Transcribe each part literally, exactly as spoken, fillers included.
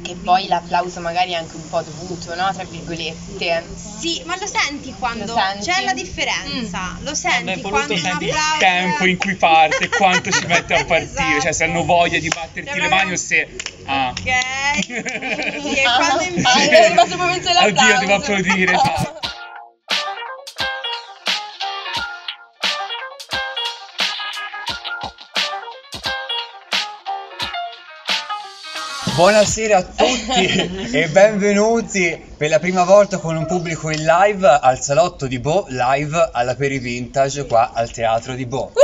e poi l'applauso magari è anche un po' dovuto, no? Tra virgolette. Sì, ma lo senti quando Lo senti? c'è la differenza, Mm. lo senti Quando quando è un voluto, senti il applauso tempo in cui parte, quanto ci mette a partire, cioè se hanno Esatto. voglia di batterti Cioè, le mani o se ah. Ok. Sì, e Ah, quando ah, invece è arrivato il momento dell'applauso. Oddio, devo applaudire, esatto. Buonasera a tutti e benvenuti per la prima volta con un pubblico in live al Salotto di Bo, live alla Peri Vintage qua al Teatro di Bo.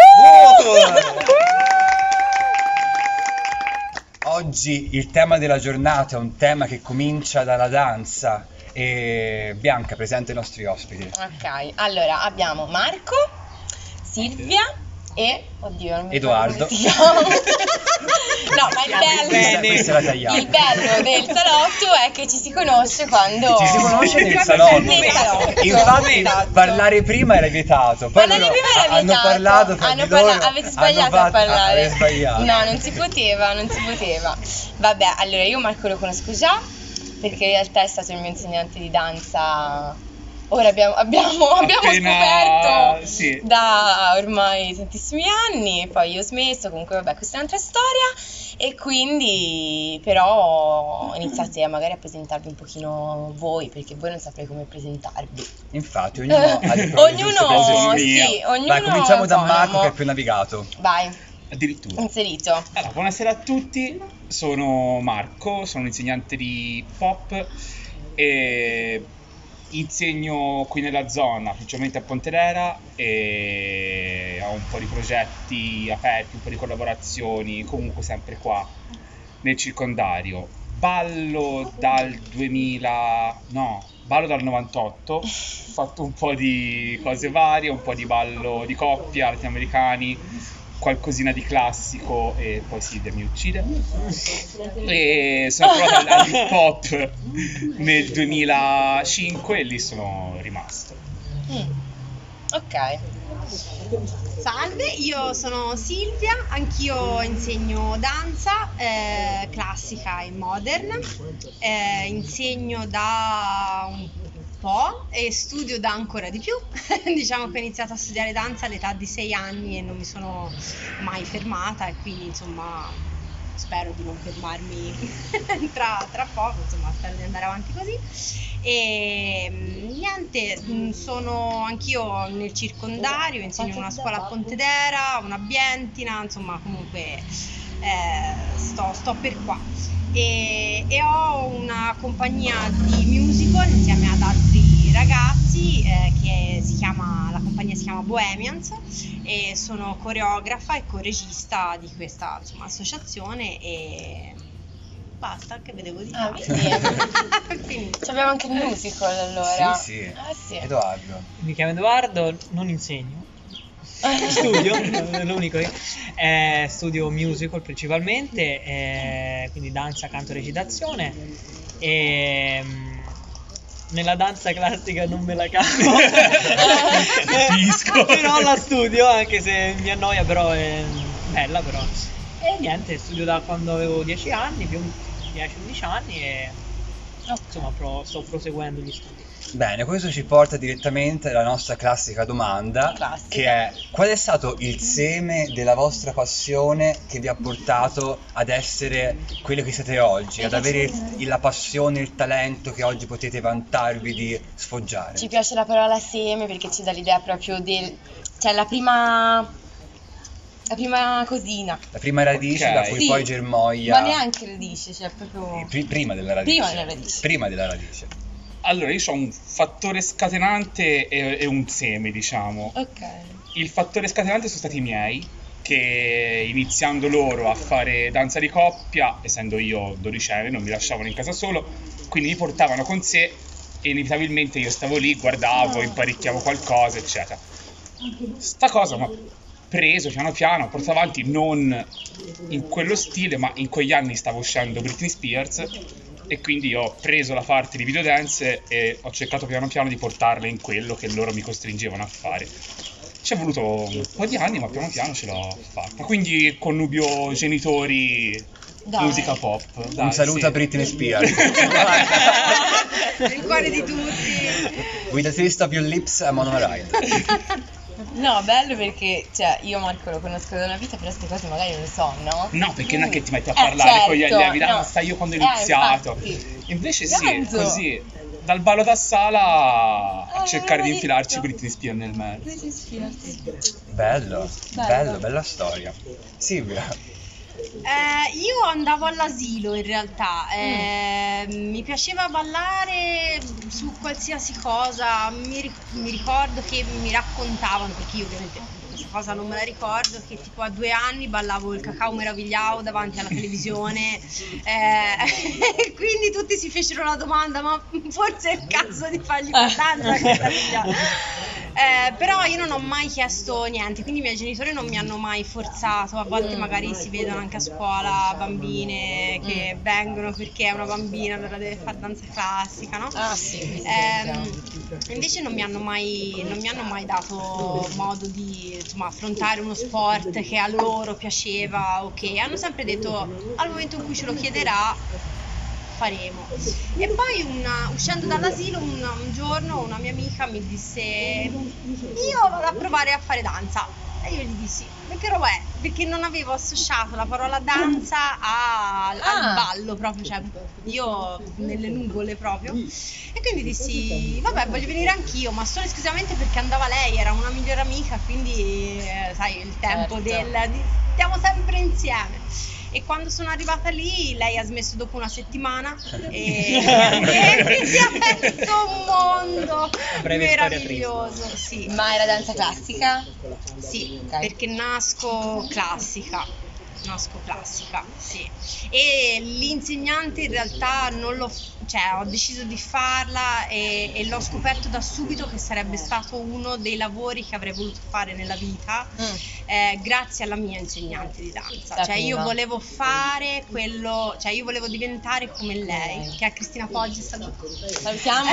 Oggi il tema della giornata è un tema che comincia dalla danza e Bianca presenta i nostri ospiti. Ok, allora abbiamo Marco, Silvia e oddio non mi Edoardo. ricordo come si chiama. No, ma il bello, Questa, questa è la tagliata. il bello del salotto è che ci si conosce quando Ci si conosce nel salotto. Nel salotto. Infatti Esatto. parlare prima era vietato. Poi Parlare loro prima era hanno vietato. parlato tra Hanno di parla- loro, avete hanno sbagliato fatto- a parlare. avete sbagliato. No, non si poteva, non si poteva. Vabbè, allora io Marco lo conosco già perché in realtà è stato il mio insegnante di danza. Ora abbiamo, abbiamo, abbiamo Appena- scoperto sì. da ormai tantissimi anni, poi io ho smesso, comunque vabbè questa è un'altra storia e quindi però iniziate a magari a presentarvi un pochino voi perché voi non saprei come presentarvi. Infatti, ognuno ha le proprie giuste Ognuno, presenze. sì, ognuno Vai, cominciamo da autonomo. Marco che è più navigato. Vai, Addirittura. inserito. Allora, buonasera a tutti, sono Marco, sono un insegnante di pop e insegno qui nella zona, principalmente a Pontedera, e ho un po' di progetti aperti, un po' di collaborazioni, comunque sempre qua nel circondario. Ballo dal duemila, no, ballo dal novantotto, ho fatto un po' di cose varie, un po' di ballo di coppia, latinoamericani, qualcosina di classico e poi Silvia mi uccide. E sono tornato all'hip hop nel duemilacinque e lì sono rimasto. Mm. Ok. Salve, io sono Silvia, anch'io insegno danza eh, classica e modern, eh, insegno da un po' e studio da ancora di più. Diciamo che ho iniziato a studiare danza all'età di sei anni e non mi sono mai fermata e quindi insomma spero di non fermarmi tra, tra poco, insomma spero di andare avanti così. E mh, niente, mh, sono anch'io nel circondario, insegno in una scuola a Pontedera, una a Bientina, insomma comunque eh, sto, sto per qua e, e ho una compagnia di musical insieme ad altri ragazzi eh, che si chiama, la compagnia si chiama Bohemians e sono coreografa e coregista di questa insomma, associazione e basta, che vedevo di Ah, fare. Quindi, Ci abbiamo anche il musical allora. Sì, sì. Ah, sì. Edoardo. Mi chiamo Edoardo, non insegno, studio, è l'unico che eh, studio musical principalmente, eh, quindi danza, canto, recitazione e mm, nella danza classica non me la cavo. Capisco. Però la studio anche se mi annoia, però è bella però. E niente, studio da quando avevo dieci anni, più dieci undici anni e insomma pro, sto proseguendo gli studi. Bene, questo ci porta direttamente alla nostra classica domanda, Classica. che è: qual è stato il seme della vostra passione che vi ha portato ad essere quello che siete oggi, ad avere il- la passione, il talento che oggi potete vantarvi di sfoggiare? Ci piace la parola seme perché ci dà l'idea proprio del, cioè la prima, la prima cosina. La prima radice Ok. da cui Sì, poi germoglia. ma neanche radice, cioè proprio. Pri- prima della radice. Prima della radice. Prima della radice. Allora, io ho un fattore scatenante e, e un seme, diciamo. Ok. Il fattore scatenante sono stati i miei, che iniziando loro a fare danza di coppia, essendo io dodicenne, non mi lasciavano in casa solo, quindi mi portavano con sé e inevitabilmente io stavo lì, guardavo, imparecchiavo qualcosa, eccetera. Sta cosa mi ha preso piano piano, portato avanti non in quello stile, ma in quegli anni stavo uscendo Britney Spears e quindi ho preso la parte di videodance e ho cercato piano piano di portarla in quello che loro mi costringevano a fare. Ci è voluto un po' di anni, ma piano piano ce l'ho fatta. Quindi connubio genitori Dai. musica pop. Dai, Un saluto sì. a Britney Spears. Il cuore di tutti. With the taste of your lips, I'm on a ride. No, bello perché, cioè, io Marco lo conosco da una vita, però queste cose magari non le so, no? No, perché non è che ti metti a Eh, parlare con gli certo, allievi, no. no, stai io quando ho Eh, iniziato. infatti. Invece sì, Ganzo. così, dal ballo da sala a Eh, cercare di l'avevo infilarci detto. Britney Spears nel mezzo. Bello, Bello. bello, bella storia. Silvia, Eh, io andavo all'asilo in realtà, eh, mi piaceva ballare su qualsiasi cosa, mi, ri- mi ricordo che mi raccontavano, perché io ovviamente questa cosa non me la ricordo, che tipo a due anni ballavo il Cacao Meravigliao davanti alla televisione, eh, quindi tutti si fecero la domanda, ma forse è il caso di fargli danza questa figlia. Eh, però io non ho mai chiesto niente, quindi i miei genitori non mi hanno mai forzato. A volte magari si vedono anche a scuola bambine che vengono perché è una bambina, allora deve fare danza classica, no? Ah, sì. Ehm, invece non mi hanno mai, non mi hanno mai dato modo di insomma, affrontare uno sport che a loro piaceva, ok. Hanno sempre detto al momento in cui ce lo chiederà faremo. E poi una- uscendo dall'asilo un, un giorno una mia amica mi disse io vado a provare a fare danza e io gli dissi ma che roba è? Perché non avevo associato la parola danza a- al Ah. ballo proprio, cioè io nelle nuvole proprio, e quindi dissi vabbè voglio venire anch'io, ma solo esclusivamente perché andava lei, era una migliore amica, quindi eh, sai il tempo Certo. del di, stiamo sempre insieme. E quando sono arrivata lì, lei ha smesso dopo una settimana e, e mi si è aperto un mondo breve storia meraviglioso. Sì, Ma era danza classica? sì, Ok. perché nasco classica, nasco classica, sì. E l'insegnante in realtà non l'ho, cioè ho deciso di farla e, e l'ho scoperto da subito che sarebbe stato uno dei lavori che avrei voluto fare nella vita. Mm. Eh, grazie alla mia insegnante di danza, La cioè io prima. volevo fare quello, cioè io volevo diventare come lei, che è Cristina Poggi, saluto. Salutiamo.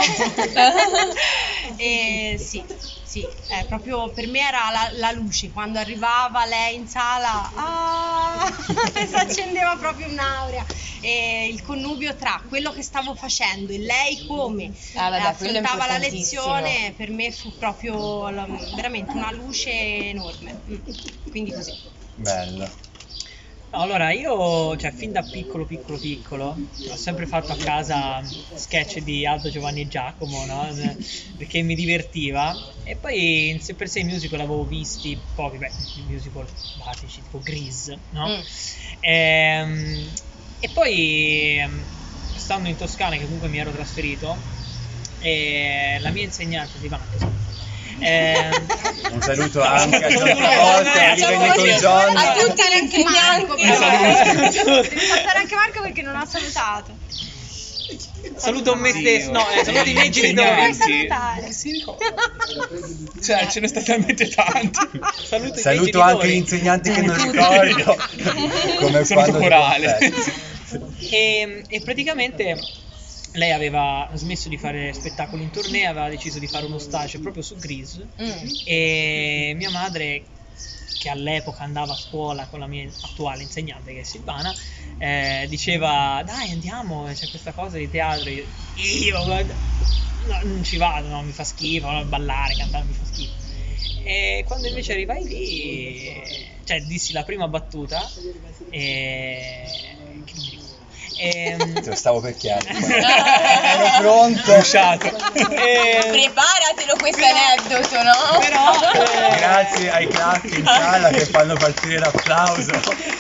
E sì, sì, eh, proprio per me era la, la luce, quando arrivava lei in sala, ah, si accendeva proprio un'aurea, e il connubio tra quello che stavo facendo e lei come Ah, vabbè, eh, quello è affrontava la importantissimo. lezione, per me fu proprio la- veramente una luce enorme. Mm. Quindi così. bello. No, allora io, cioè, fin da piccolo, piccolo, piccolo, ho sempre fatto a casa sketch di Aldo, Giovanni e Giacomo, no? Perché mi divertiva. E poi in sé per sé i musical avevo visti pochi, beh, i musical basici, tipo Grease, no? Mm. Ehm, e poi, ehm, stando in Toscana, che comunque mi ero trasferito, eh, la mia insegnante di Vanessa, ehm, Un saluto anche a John Eh, Travolta, ciao, arriva con ciao. John. A tutti gli insegnanti. Devi salutare anche Marco perché non ha salutato. saluto me Sì, stesso, no, eh, saluto i miei gli genitori. Puoi insegnanti. salutare. Si ricorda. Cioè, ce ne sta talmente tanti. Saluto, i miei Saluto anche genitori. gli insegnanti che non ricordo. Come Saluto quando corale. E, e praticamente lei aveva smesso di fare spettacoli in tournée, aveva deciso di fare uno stage proprio su Grease, Mm. e mia madre, che all'epoca andava a scuola con la mia attuale insegnante che è Silvana, eh, diceva dai andiamo, c'è questa cosa di teatro. Io, io guarda, no, non ci vado, no, mi fa schifo, no, ballare, cantare mi fa schifo. E quando invece arrivai lì, cioè dissi la prima battuta e... che non mi ricordo. Ehm, Te lo stavo per chiedere. Ero pronto. Bruciato. ehm, Preparatelo questo aneddoto, no? però eh, Grazie ai clap in sala che fanno partire l'applauso.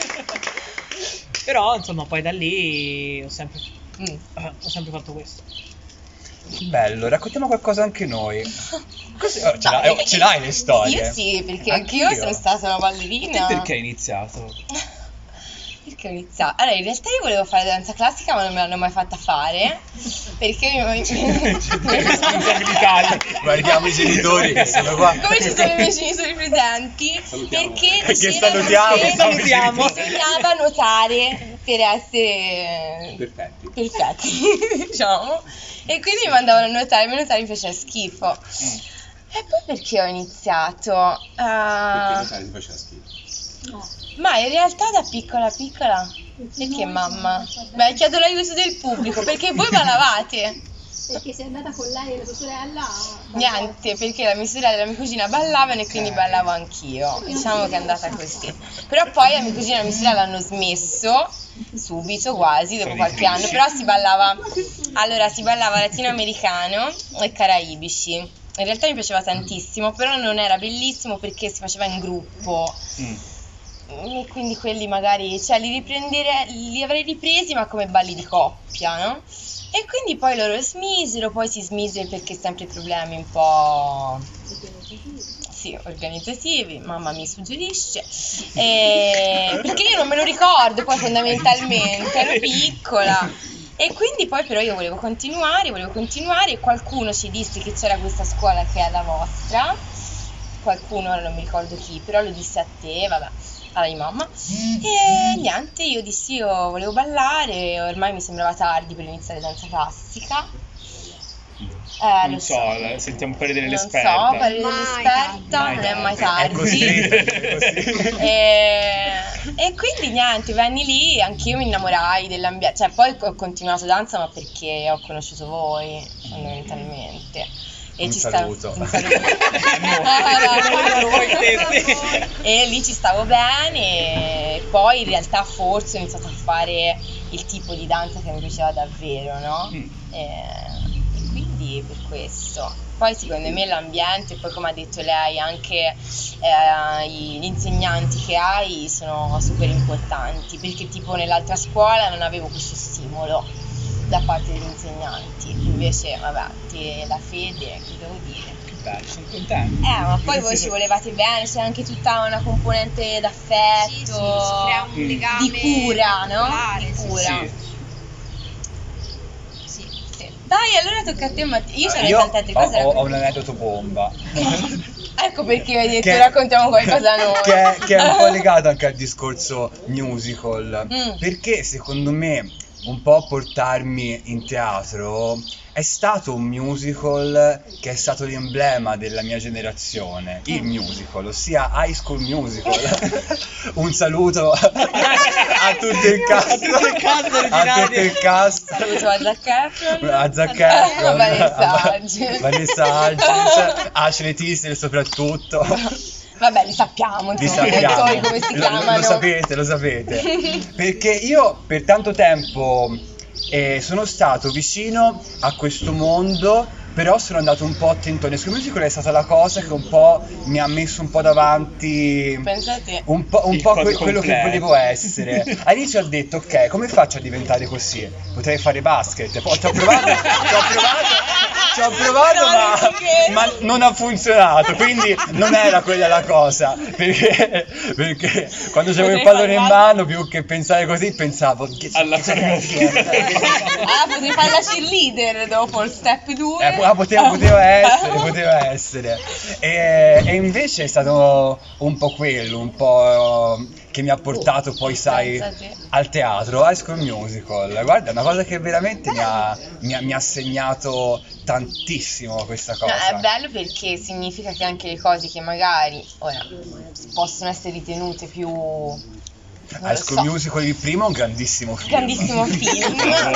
però insomma poi da lì ho sempre, Mm. eh, ho sempre fatto questo. Bello, raccontiamo qualcosa anche noi. Così- oh, ce, l'hai, oh, ce l'hai le storie? Io sì, perché anch'io, Anch'io. sono stata una ballerina. Perché hai iniziato? Perché ho iniziato? Allora, in realtà io volevo fare danza classica, ma non me l'hanno mai fatta fare. Perché mi... Le responsabilità. Guardiamo i genitori che sono qua. Come ci sono i miei genitori presenti? Perché Perché dicevano salutiamo, che salutiamo. bisognava nuotare per essere Perfetti. perfetti, diciamo. E quindi mi mandavano a nuotare, a me nuotare mi faceva schifo. E poi perché ho iniziato? Uh, ti faceva schifo? ma in realtà da piccola piccola E che mamma? Beh, chiedo l'aiuto del pubblico, perché voi ballavate? Perché sei andata con lei e la tua sorella? Niente, perché la mia sorella e la mia cugina ballavano e quindi ballavo anch'io. Diciamo che è andata così. Però poi la mia cugina e la mia sorella hanno smesso subito, quasi, dopo qualche anno. Però si ballava, allora si ballava latinoamericano e caraibici. In realtà mi piaceva tantissimo, però non era bellissimo perché si faceva in gruppo. Mm. E quindi quelli magari, cioè li riprendere, li avrei ripresi ma come balli di coppia, no? E quindi poi loro smisero, poi si smise perché sempre problemi un po', sì, organizzativi, mamma mi suggerisce, e... perché io non me lo ricordo poi fondamentalmente, ero piccola. E quindi poi però io volevo continuare, volevo continuare e qualcuno ci disse che c'era questa scuola che è la vostra, qualcuno, ora non mi ricordo chi, però lo disse a te, vabbè, alla mia mamma, e niente, io dissi io volevo ballare, ormai mi sembrava tardi per iniziare danza classica. Eh, Non lo so, so, la- sentiamo un parere non dell'esperta. so, parere Mai dell'esperta, tardi. non è mai È tardi. così, è così. E, e quindi niente, venni lì, anch'io mi innamorai dell'ambiente, cioè poi ho continuato danza ma perché ho conosciuto voi fondamentalmente. E Un ci saluto. Sta, un saluto. E lì ci stavo bene, e poi in realtà forse ho iniziato a fare il tipo di danza che mi piaceva davvero, no? Mm. E, e quindi per questo. Poi secondo me l'ambiente, poi come ha detto lei, anche eh, i- gli insegnanti che hai sono super importanti, perché tipo nell'altra scuola non avevo questo stimolo da parte degli insegnanti, invece vabbè, te, la fede, che devo dire. Che bello, sono contento. Eh, ma poi voi ci volevate bene, c'è anche tutta una componente d'affetto, Sì, sì, si crea un Mm. legame di cura, no? particolare, Di sì, cura. Sì. sì. Sì. Dai, allora tocca a te, Mattia. Io c'ho Io tante altre ho, cose da ho- ho un raccontare. aneddoto bomba. Ecco perché hai detto Che- raccontiamo qualcosa noi. che, è, che è un po' legato anche al discorso musical, Mm. perché secondo me un po' portarmi in teatro è stato un musical che è stato l'emblema della mia generazione, il musical, ossia High School Musical. Un saluto a tutto il cast, A tutto il cast a originale. tutto il cast. Saluto a Zac Efron. A Zac Efron, A Vanessa a- Hudgens. Vanessa Hudgens, Ashley Tisdale soprattutto. Vabbè, li sappiamo, Li insomma, i sappiamo, attori come si lo, chiamano. lo sapete, lo sapete. Perché io per tanto tempo eh, sono stato vicino a questo mondo, però sono andato un po' a tentone. School Musical è stata la cosa che un po' mi ha messo un po' davanti. Pensate. Un po', un Il po' codice que- quello che completo. volevo essere. All'inizio ho detto, ok, come faccio a diventare così? Potrei fare basket. Poi ci ho provato, ci ho provato, ci ho provato, No, non ci ma, credo. ma non ha funzionato. Quindi non era quella la cosa. Perché, perché quando c'avevo il Potrei pallone in fare mano, più che pensare così, pensavo che Alla che sarei- Ah, potrei fare la cheerleader dopo il step due. Eh, ah, poteva, poteva essere, poteva essere. E, e invece è stato un po' quello, un po' che mi ha portato poi, sai, Pensate. al teatro, High School Musical. Guarda, è una cosa che veramente mi ha, mi ha- mi ha segnato tantissimo questa No, cosa. è bello perché significa che anche le cose che magari ora possono essere ritenute più, non High lo School so, Musical, il primo, è un grandissimo film. grandissimo film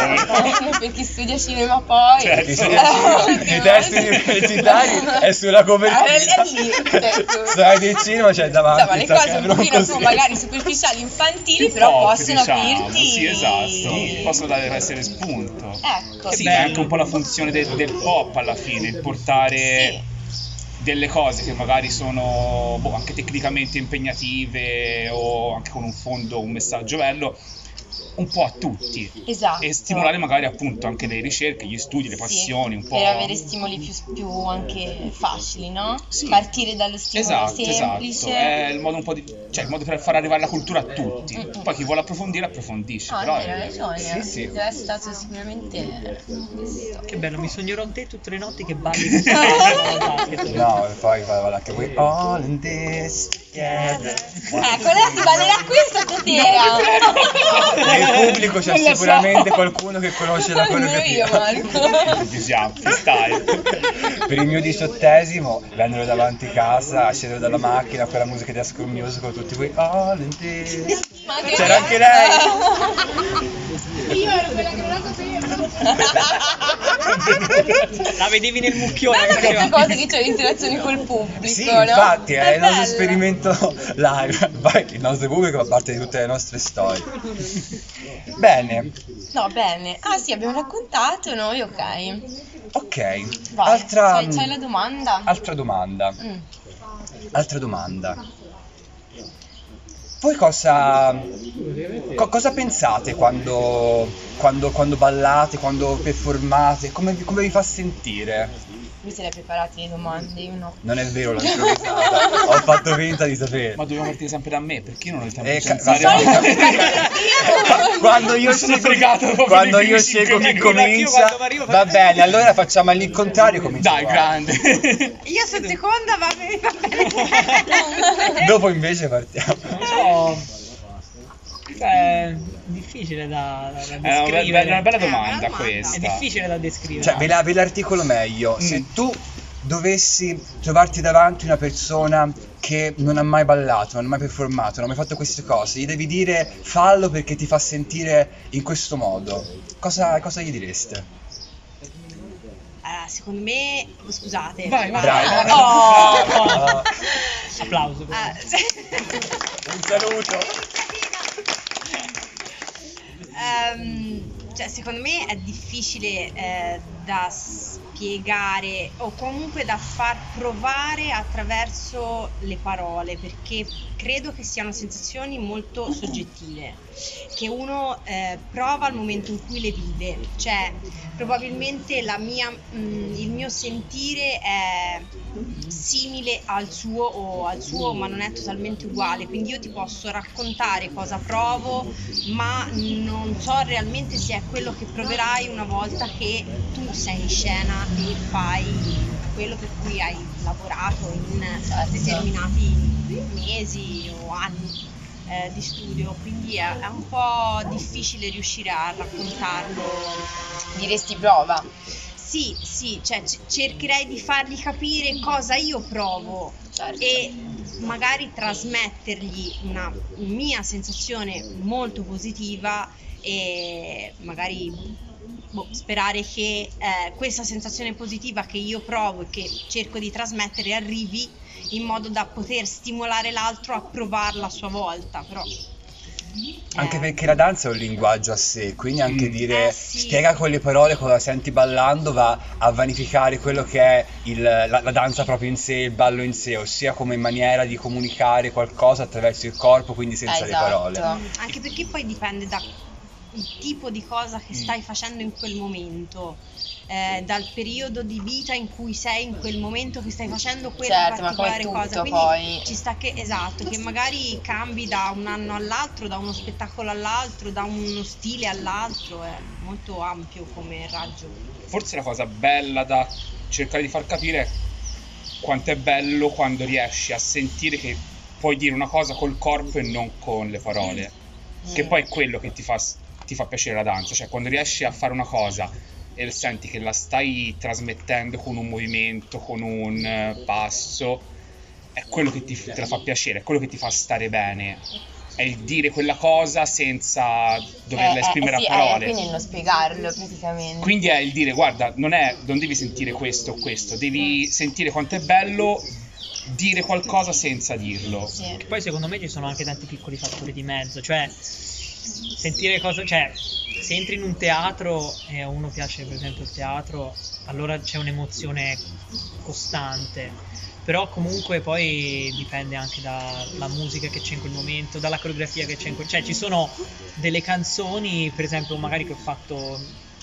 per chi studia cinema poi Certo. Chi studia cinema, i testi universitari è sulla copertina. Eh, è lì, certo. Sai del cinema c'è davanti. insomma le Zac cose un Efron pochino così. più magari superficiali, infantili, Più però pop, possono diciamo. aprirti Sì, esatto. sì. Possono dare essere spunto. Ecco, Sì, bello. è anche un po' la funzione de- del pop alla fine, il portare delle cose che magari sono boh, anche tecnicamente impegnative o anche con un fondo, un messaggio bello, un po' a tutti. esatto. E stimolare magari appunto anche le ricerche, gli studi, le Sì, passioni, un po'. per avere stimoli più, più anche facili, no? Sì. Partire dallo stimolo Esatto, semplice. esatto. È il modo un po' di, cioè il modo per far arrivare la cultura a tutti. Mm-mm. Poi chi vuole approfondire approfondisce, No, però è vero, hai ragione. Sì, sì. È stato sicuramente questo. Che bello, mi sognerò te tutte le notti che balli questo basket. No, e poi va va anche we all in this together. Ecco, adesso si ballerà questo stasera. Nel pubblico c'è Non lo so. sicuramente qualcuno che conosce la Nemmeno io, coreografia. Marco. ci siamo, freestyle. Per il mio diciottesimo vennero davanti casa, scesero dalla macchina con la musica di High School Musical, tutti quei all in this. C'era anche lei. Io ero quella che non la sapevo. La vedevi nel mucchione. Bello che queste faceva. cose che c'è interazioni col pubblico, Sì, no? infatti è il nostro bello. esperimento live. Vai, il nostro pubblico fa parte di tutte le nostre storie. Bene, No, bene. Ah sì, abbiamo raccontato noi, ok. ok. Vai. Altra, C'hai, c'hai la domanda? altra domanda. Mm. Altra domanda. Voi cosa, co- cosa pensate quando, quando, quando ballate, quando performate? Come, vi- come vi fa sentire? Vi siete preparati le domande? Io no. Non è vero, l'ho improvvisata. Ho fatto finta di sapere. Ma dobbiamo partire sempre da me, perché io non ho il tempo Eh, di ca- pensare. vabbè. Quando io Mi sono scelgo, fregato dopo quando i io primi scelgo cinque chi minuti. Io comincia, quando mi arrivo va faccio- bene, allora facciamo all'incontrario, comincia Dai, qua. grande. Io sono seconda, va bene, va bene. Dopo invece partiamo. Non so. È difficile da, da, da È una, be- descrivere. be- una bella Eh, domanda bella domanda. questa. È difficile da descrivere. Cioè, ve, la, ve l'articolo meglio. Se Mm. tu dovessi trovarti davanti una persona che non ha mai ballato, non ha mai performato, non ha mai fatto queste cose, gli devi dire fallo perché ti fa sentire in questo modo. Cosa, cosa gli direste? Allora, secondo me, oh, scusate. Vai, vai. Bravo. Oh. Ah, Applauso. per Ah, me. sì. un saluto. Ehm, cioè, secondo me è difficile eh, da spiegare o comunque da far provare attraverso le parole, perché credo che siano sensazioni molto soggettive, che uno eh, prova al momento in cui le vive. Cioè, probabilmente la mia, mh, il mio sentire è simile al suo o al suo, ma non è totalmente uguale, quindi io ti posso raccontare cosa provo, ma non so realmente se è quello che proverai una volta che tu sei in scena e fai quello per cui hai lavorato in determinati mesi o anni eh, di studio, quindi è, è un po' difficile riuscire a raccontarlo. Diresti prova. Sì, sì, cioè c- cercherei di fargli capire cosa io provo Certo. e magari trasmettergli una mia sensazione molto positiva e magari boh, sperare che eh, questa sensazione positiva che io provo e che cerco di trasmettere arrivi in modo da poter stimolare l'altro a provarla a sua volta, però Anche eh, perché la danza è un linguaggio a sé, quindi anche Mm. dire Eh, sì. spiega con le parole cosa senti ballando va a vanificare quello che è il- la, la danza proprio in sé, il ballo in sé, ossia come maniera di comunicare qualcosa attraverso il corpo, quindi senza le Esatto. parole. anche perché poi dipende dal tipo di cosa che stai facendo in quel momento, eh, dal periodo di vita in cui sei in quel momento che stai facendo quella Certo, ma come particolare cosa. tutto, Quindi poi. ci sta che esatto, che magari cambi da un anno all'altro, da uno spettacolo all'altro, da uno stile all'altro, è molto ampio come raggio. Forse la cosa bella da cercare di far capire è quanto è bello quando riesci a sentire che puoi dire una cosa col corpo e non con le parole, che poi è quello che ti fa, ti fa piacere la danza, cioè quando riesci a fare una cosa e senti che la stai trasmettendo con un movimento, con un eh, passo, è quello che ti, te la fa piacere, è quello che ti fa stare bene, è il dire quella cosa senza doverla Eh, eh, esprimere sì, a parole. eh, quindi non spiegarlo praticamente. Quindi è il dire, guarda, non è, non devi sentire questo o questo, devi sentire quanto è bello dire qualcosa senza dirlo. Sì. Poi secondo me ci sono anche tanti piccoli fattori di mezzo, cioè sentire cosa, cioè se entri in un teatro e a uno piace per esempio il teatro, allora c'è un'emozione costante, però comunque poi dipende anche dalla musica che c'è in quel momento, dalla coreografia che c'è in quel, cioè ci sono delle canzoni, per esempio magari che ho fatto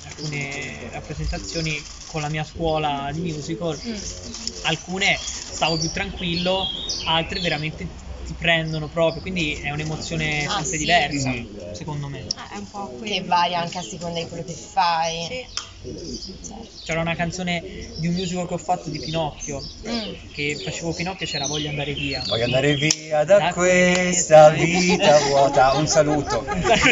alcune rappresentazioni con la mia scuola di musical, Mm. alcune stavo più tranquillo, altre veramente ti prendono proprio, quindi è un'emozione Ah, sempre sì. diversa, Mhm. secondo me. Eh, è un po' Che quello. varia anche a seconda di quello che fai. Sì. Certo. C'era una canzone di un musical che ho fatto di Pinocchio, Mm. che facevo Pinocchio e c'era Voglio andare via. Voglio andare via da Da questa questa vita vuota. Un saluto.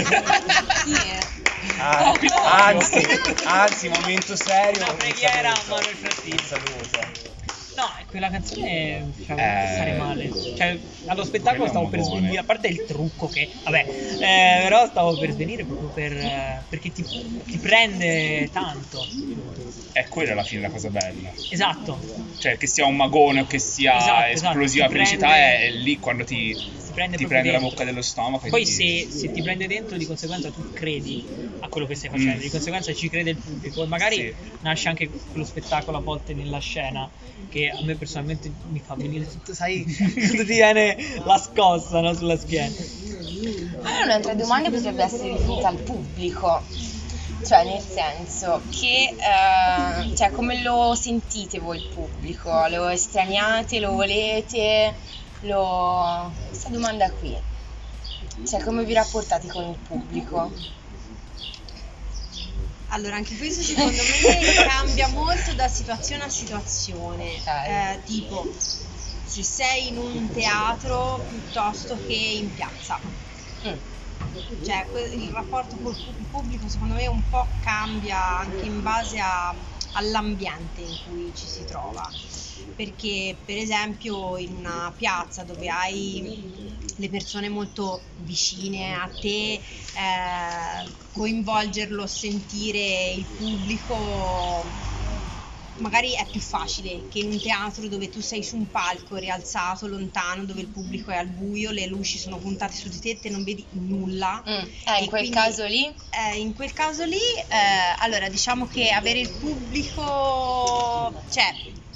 Ah, anzi, anzi, momento serio. Una un preghiera, saluto. ma nel frattempo. Un saluto. No, quella canzone mi fa Eh, stare male. Cioè, allo spettacolo quello è stavo un per mogone. svenire, a parte il trucco che, vabbè, eh, però stavo per svenire proprio per, eh, perché ti, ti prende tanto. È quella alla fine la cosa bella. Esatto, Cioè, che sia un magone o che sia Esatto, esatto, esplosiva ti felicità, prende- è lì quando ti, si prende ti proprio prende la dentro. bocca dello stomaco. e Poi ti- se, se ti prende dentro, di conseguenza tu credi a quello che stai facendo, Mm. di conseguenza ci crede il pubblico, e magari Sì. nasce anche quello spettacolo a volte nella scena che a me personalmente mi fa venire tutto, sai, quando ti viene la scossa, no, sulla schiena. Allora un'altra domanda potrebbe essere riferita al pubblico, cioè nel senso che, eh, cioè come lo sentite voi il pubblico? Lo estraniate, lo volete? Lo... Questa domanda qui, cioè come vi rapportate con il pubblico? Allora, anche questo secondo me cambia molto da situazione a situazione. Ok. Eh, tipo, se sei in un teatro piuttosto che in piazza. Mm. Cioè, que- il rapporto col pu- pubblico secondo me un po' cambia anche in base a- all'ambiente in cui ci si trova. Perché, per esempio, in una piazza dove hai le persone molto vicine a te, eh, coinvolgerlo, sentire il pubblico magari è più facile che in un teatro dove tu sei su un palco rialzato, lontano, dove il pubblico è al buio, le luci sono puntate su di te e te non vedi nulla. Mm. Eh, E in quel quindi, caso lì? eh, in quel caso lì, eh, allora diciamo che avere il pubblico, cioè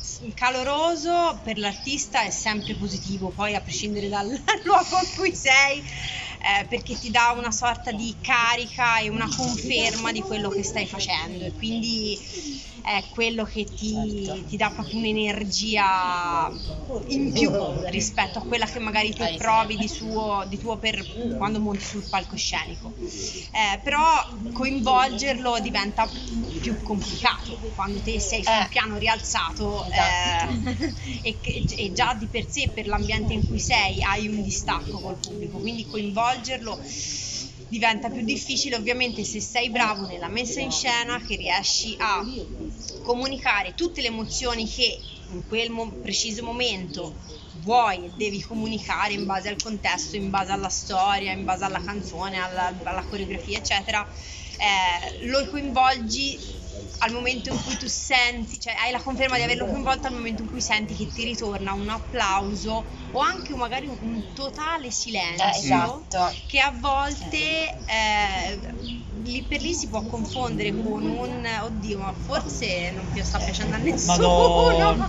caloroso per l'artista è sempre positivo, poi a prescindere dal luogo in cui sei, eh, perché ti dà una sorta di carica e una conferma di quello che stai facendo, e quindi è quello che ti, Certo. ti dà proprio un'energia in più rispetto a quella che magari tu Hai provi di, suo, di tuo per quando monti sul palcoscenico. Eh, però coinvolgerlo diventa più complicato quando te sei sul Eh. piano rialzato, eh, e, che- e già di per sé per l'ambiente in cui sei hai un distacco col pubblico, quindi coinvolgerlo diventa più difficile. Ovviamente se sei bravo nella messa in scena, che riesci a comunicare tutte le emozioni che in quel mo- preciso momento vuoi e devi comunicare in base al contesto, in base alla storia, in base alla canzone, alla, alla coreografia, eccetera, eh, lo coinvolgi al momento in cui tu senti, cioè hai la conferma di averlo coinvolto al momento in cui senti che ti ritorna un applauso o anche magari un, un totale silenzio, Eh, esatto. che a volte eh, lì per lì si può confondere con un oddio, ma forse non pi- sta piacendo a nessuno. Madonna.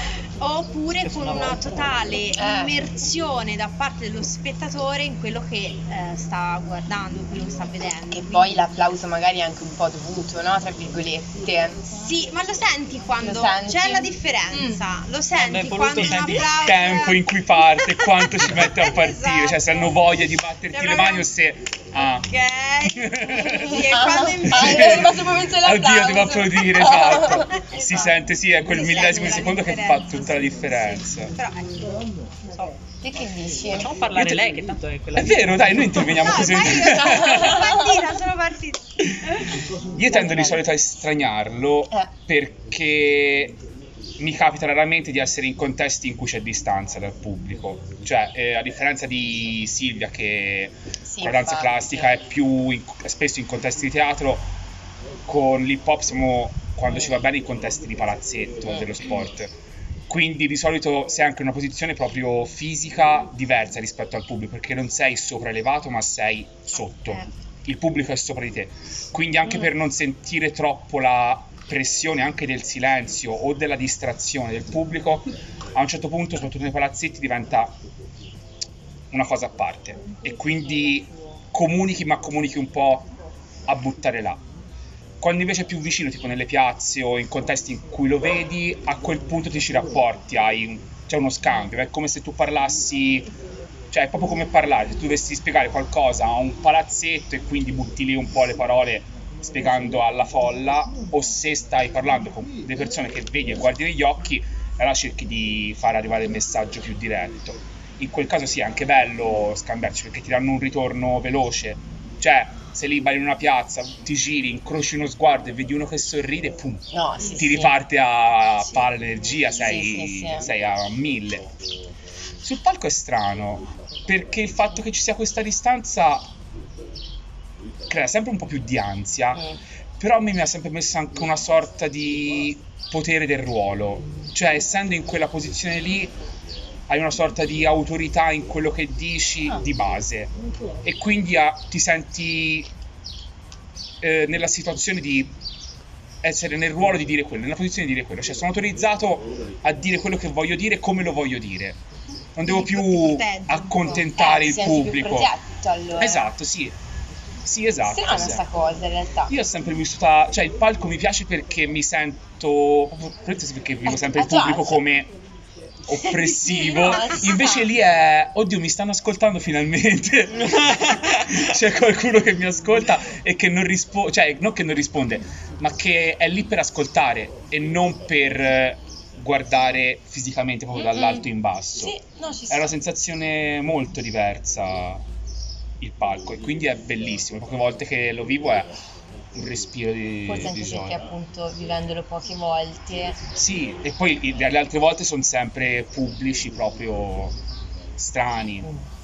Oppure Che con una una volta. totale Eh. immersione da parte dello spettatore in quello che eh, sta guardando, in quello che sta vedendo. Che Quindi- poi l'applauso magari è anche un po' dovuto, no? Tra virgolette. Sì, ma lo senti quando Lo senti? c'è la differenza, lo Quando senti è voluto, quando un senti il applauso tempo in cui parte, quanto ci mette a partire, cioè se hanno Esatto. voglia di batterti Cioè, le mani o se... Ah. Ok. Sì, e Ah, quando ah, invece è arrivato il momento dell'applauso. Oddio, devo applaudire, esatto. Si Esatto. sente, sì, è quel Si millesimo di sente la secondo che fa differenza, tutta la sì, differenza. sì. Però ecco, non so. Te che dici? Facciamo parlare Io te- lei, che tanto è quella È vero, dai, noi interveniamo No, così. ma io sono partita, sono partita. Io tendo di solito a estraniarlo Eh. perché mi capita raramente di essere in contesti in cui c'è distanza dal pubblico. Cioè, eh, a differenza di Silvia, che Sì, con la danza infatti. classica è più in- è spesso in contesti di teatro, con l'hip hop siamo, quando ci va bene, in contesti di palazzetto, dello sport. Quindi di solito sei anche in una posizione proprio fisica diversa rispetto al pubblico, perché non sei sopraelevato ma sei sotto. Eh. Il pubblico è sopra di te. Quindi anche per non sentire troppo la pressione anche del silenzio o della distrazione del pubblico, a un certo punto, soprattutto nei palazzetti, diventa una cosa a parte. E quindi comunichi, ma comunichi un po' a buttare là. Quando invece è più vicino, tipo nelle piazze o in contesti in cui lo vedi, a quel punto ti ci rapporti, hai un- c'è uno scambio, è come se tu parlassi, cioè è proprio come parlare, se tu dovessi spiegare qualcosa a un palazzetto e quindi butti lì un po' le parole spiegando alla folla, o se stai parlando con delle persone che vedi e guardi negli occhi e allora cerchi di far arrivare il messaggio più diretto. In quel caso sì, è anche bello scambiarci perché ti danno un ritorno veloce Cioè, se lì vai in una piazza, ti giri, incroci uno sguardo e vedi uno che sorride, pum, No, sì, ti sì. riparte a Sì. palla l'energia, sei, Sì, sì, sì. sei a mille. Sul palco è strano, perché il fatto che ci sia questa distanza crea sempre un po' più di ansia, Mm. però a me mi ha sempre messo anche una sorta di potere del ruolo, cioè essendo in quella posizione lì hai una sorta di autorità in quello che dici Ah. di base e quindi ah, ti senti eh, nella situazione di essere nel ruolo di dire quello, nella posizione di dire quello, cioè sono autorizzato a dire quello che voglio dire come lo voglio dire, non devo Quindi più ti proteggi un po'. accontentare Eh, il ti senti più pubblico. protetto, allora. Esatto, sì. Sì, esatto. Strana sì. sta cosa in realtà. Io ho sempre vissuta, cioè il palco mi piace perché mi sento, perché vivo Eh, sempre il a tuo pubblico agio. come oppressivo, No, ci invece sta. lì è, oddio, mi stanno ascoltando finalmente. C'è qualcuno che mi ascolta e che non risponde, cioè non che non risponde, ma che è lì per ascoltare e non per eh, guardare fisicamente proprio Mm-mm. dall'alto in basso. Sì, no, ci È sta. una sensazione molto diversa il palco e quindi è bellissimo. Le poche volte che lo vivo è un respiro di, Forse di anche perché gioia. appunto vivendolo poche volte. Sì, e poi i- le altre volte sono sempre pubblici proprio strani.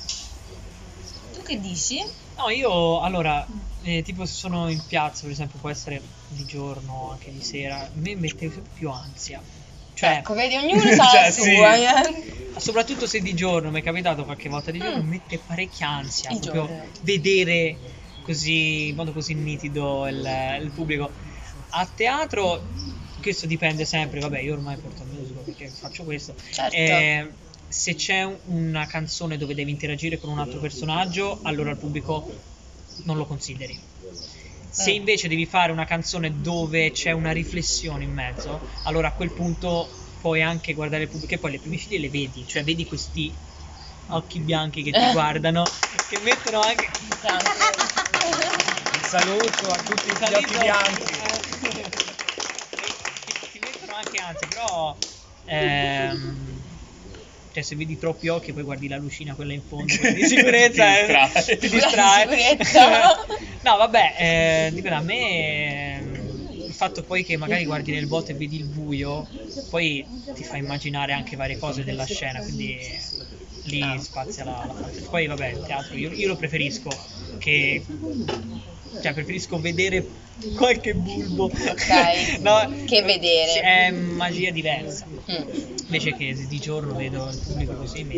Tu che dici? No, io allora, eh, tipo se sono in piazza, per esempio, può essere di giorno, anche di sera, a me mette sempre più ansia. Cioè, Ecco, vedi, ognuno sa la Cioè, sì. sua. eh. soprattutto se di giorno, mi è capitato qualche volta di giorno, Mm. mette parecchia ansia Di proprio giorno. vedere così, in modo così nitido il, il pubblico. A teatro, questo dipende sempre, vabbè, io ormai porto il musico perché faccio questo. Certo. Eh, se c'è un- una canzone dove devi interagire con un altro personaggio, allora il pubblico non lo consideri. Se Mm. invece devi fare una canzone dove c'è una riflessione in mezzo, allora a quel punto puoi anche guardare il pubblico e poi le prime file le vedi, cioè vedi questi occhi bianchi che ti guardano, che mettono anche... Un saluto a tutti gli Saluto. occhi bianchi. Ti, ti mettono anche ansia, però ehm, cioè se vedi troppi occhi poi guardi la lucina quella in fondo quella di sicurezza Ti eh, distrae. ti distrae. Quella di sicurezza. No vabbè, eh, dico, a me ehm, il fatto poi che magari guardi nel vuoto e vedi il buio poi ti fa immaginare anche varie cose della scena, quindi lì Ah. spazia la, la fantasia. Poi vabbè, il teatro io, io lo preferisco che cioè preferisco vedere qualche bulbo Ok, no, che vedere. sì, è magia diversa Mm. invece che se di giorno vedo il pubblico così mi,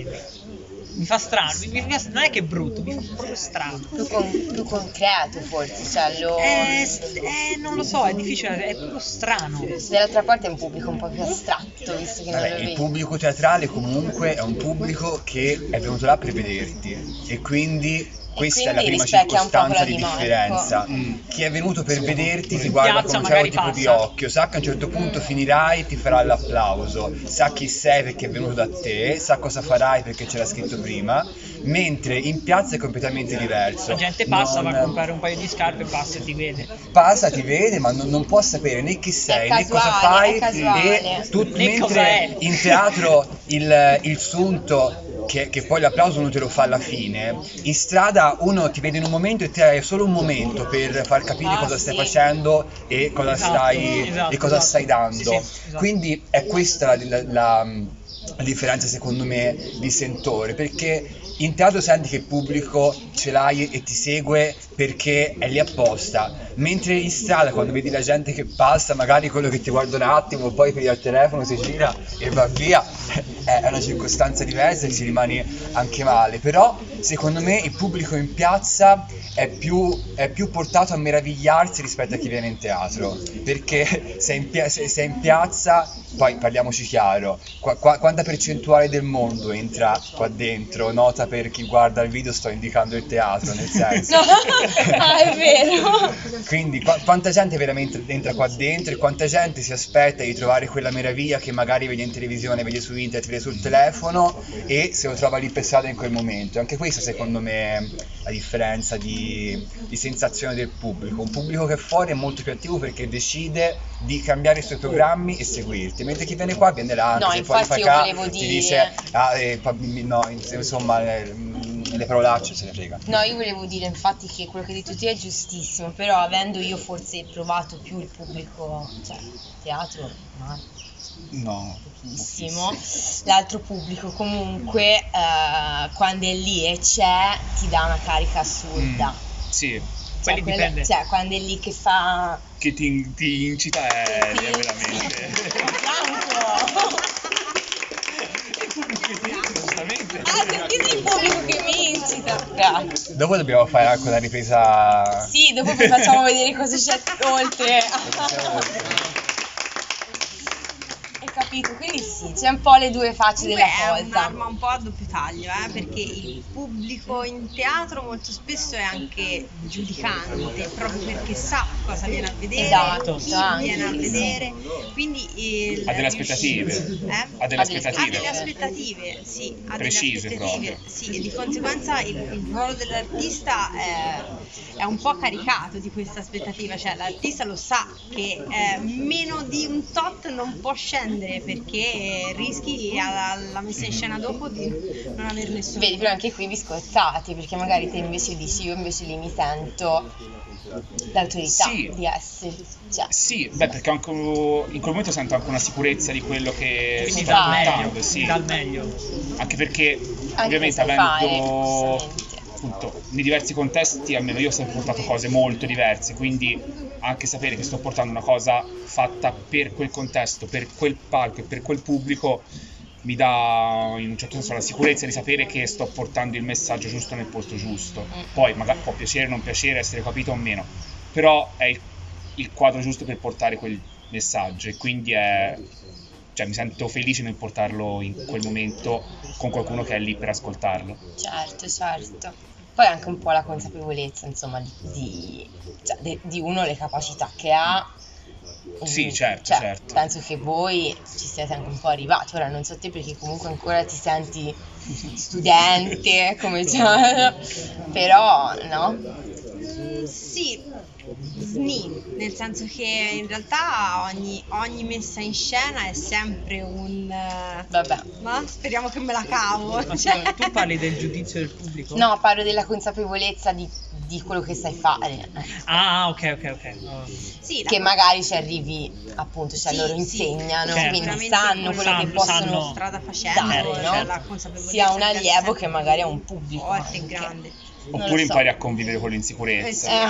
mi fa strano, mi, mi fa- non è che è brutto, mi fa proprio strano. Più, con- più concreto forse, cioè lo... Eh, s- eh, non lo so, è difficile, è proprio strano. Dall'altra parte è un pubblico un po' più astratto, visto che non Vabbè, lo il vedi. pubblico teatrale comunque è un pubblico che è venuto là per vederti e quindi questa è la quindi prima rispecchia un po' circostanza quella di di Marco. differenza. Mm. Chi è venuto per vederti ti In guarda piazza con un magari certo tipo di passa. occhio, sa che a un certo punto finirai e ti farà l'applauso, sa chi sei perché è venuto da te, sa cosa farai perché c'era scritto prima, mentre in piazza è completamente diverso. La gente passa, Non- va a comprare un paio di scarpe, passa e ti vede. Passa, ti vede, ma non, non può sapere né chi sei, né cosa casuale, fai. è casuale. E tu, Né cosa è. mentre in teatro il, il sunto, che, che poi l'applauso uno te lo fa alla fine, in strada uno ti vede in un momento e te hai solo un momento per far capire Ah, cosa stai sì. facendo e cosa, Esatto, stai, esatto, e cosa esatto. stai dando. Sì, sì, esatto. Quindi è questa la, la- la- la differenza secondo me di sentore, perché in teatro senti che il pubblico ce l'hai e ti segue perché è lì apposta, mentre in strada quando vedi la gente che passa, magari quello che ti guarda un attimo, poi prendi al telefono, si gira e va via, è una circostanza diversa e ci rimani anche male. Però secondo me il pubblico in piazza è più, è più portato a meravigliarsi rispetto a chi viene in teatro, perché se in, pia- se- se in piazza, poi parliamoci chiaro, qua- qua- quanta percentuale del mondo entra qua dentro, nota per chi guarda il video, sto indicando il teatro nel senso. No, ah, è vero. Quindi qua- quanta gente veramente entra qua dentro e quanta gente si aspetta di trovare quella meraviglia che magari vede in televisione, vede su internet, vede sul telefono e se lo trova lì per strada in quel momento. Anche questa secondo me è la differenza di, di sensazione del pubblico. Un pubblico che è fuori è molto più attivo perché decide di cambiare i suoi programmi e seguirti, mentre chi viene qua viene là, anche No, se fuori infatti fa io ca, volevo ti dire- dice ah, eh, pa- no, insomma eh, le parolacce se ne frega. No, io volevo dire infatti che quello che hai detto tu è giustissimo, però avendo io forse provato più il pubblico, cioè teatro, ma No. pochissimo, l'altro pubblico comunque eh, quando è lì e c'è ti dà una carica assurda. Mm, sì, Cioè, Quelli quella- dipende. cioè quando è lì che fa che ti, ti incita è, Sì, è veramente... Franco! Giustamente. Ah, perché sei il pubblico che mi incita? Grazie. Dopo dobbiamo fare anche una ripresa. Sì, dopo vi facciamo vedere cosa c'è oltre. Hai capito? Quindi sì, c'è un po' le due facce Comunque della è cosa. un'arma un po' a doppio taglio, eh, perché il pubblico in teatro molto spesso è anche giudicante, proprio perché sa cosa viene a vedere, Esatto, chi anche, viene a sì. vedere, quindi il Ha delle riuscire- aspettative. eh? Ha delle Ha delle Ha aspettative. delle aspettative, sì, ha delle Precise aspettative, proprio. sì, e di conseguenza il, il ruolo dell'artista è, è un po' caricato di questa aspettativa, cioè l'artista lo sa che eh, meno di un tot non può scendere perché rischi alla, alla messa in scena dopo di non aver nessuno. Vedi, però anche qui vi scozzate, perché magari te invece dici io invece lì mi sento l'autorità Sì. di essere. Cioè, Sì, beh, perché anche in quel momento sento anche una sicurezza di quello che Quindi sto dal meglio, portando, sì. dal meglio. Anche perché Anche ovviamente lo sai fare, avendo giustamente. appunto nei diversi contesti, almeno io ho sempre portato cose molto diverse, quindi anche sapere che sto portando una cosa fatta per quel contesto, per quel palco e per quel pubblico mi dà in un certo senso la sicurezza di sapere che sto portando il messaggio giusto nel posto giusto. Poi magari può piacere o non piacere, essere capito o meno, però è il, il quadro giusto per portare quel messaggio e quindi è, cioè, mi sento felice nel portarlo in quel momento con qualcuno che è lì per ascoltarlo. certo, certo. Poi anche un po' la consapevolezza, insomma, di, di, cioè, de- di uno le capacità che ha. Sì, Mm, certo, cioè, certo. Penso che voi ci siete anche un po' arrivati. Ora non so te perché comunque ancora ti senti studente, come già, però no? Mm, sì, sni, nel senso che in realtà ogni, ogni messa in scena è sempre un... eh, Vabbè. ma speriamo che me la cavo. Ma cioè- scusa, tu parli del giudizio del pubblico? No, parlo della consapevolezza di, di quello che sai fare. Ah, ok, ok, ok. Oh. Sì, la Che magari ci arrivi, appunto, cioè Sì, loro sì. insegnano, Certo. quindi Sicuramente sanno quello sanno, che possono sanno. strada facendo, dare, Certo, no? cioè la consapevolezza Sia un che allievo sempre che magari ha un pubblico forte e anche. grande. Non Oppure lo so. impari a convivere con l'insicurezza. Eh.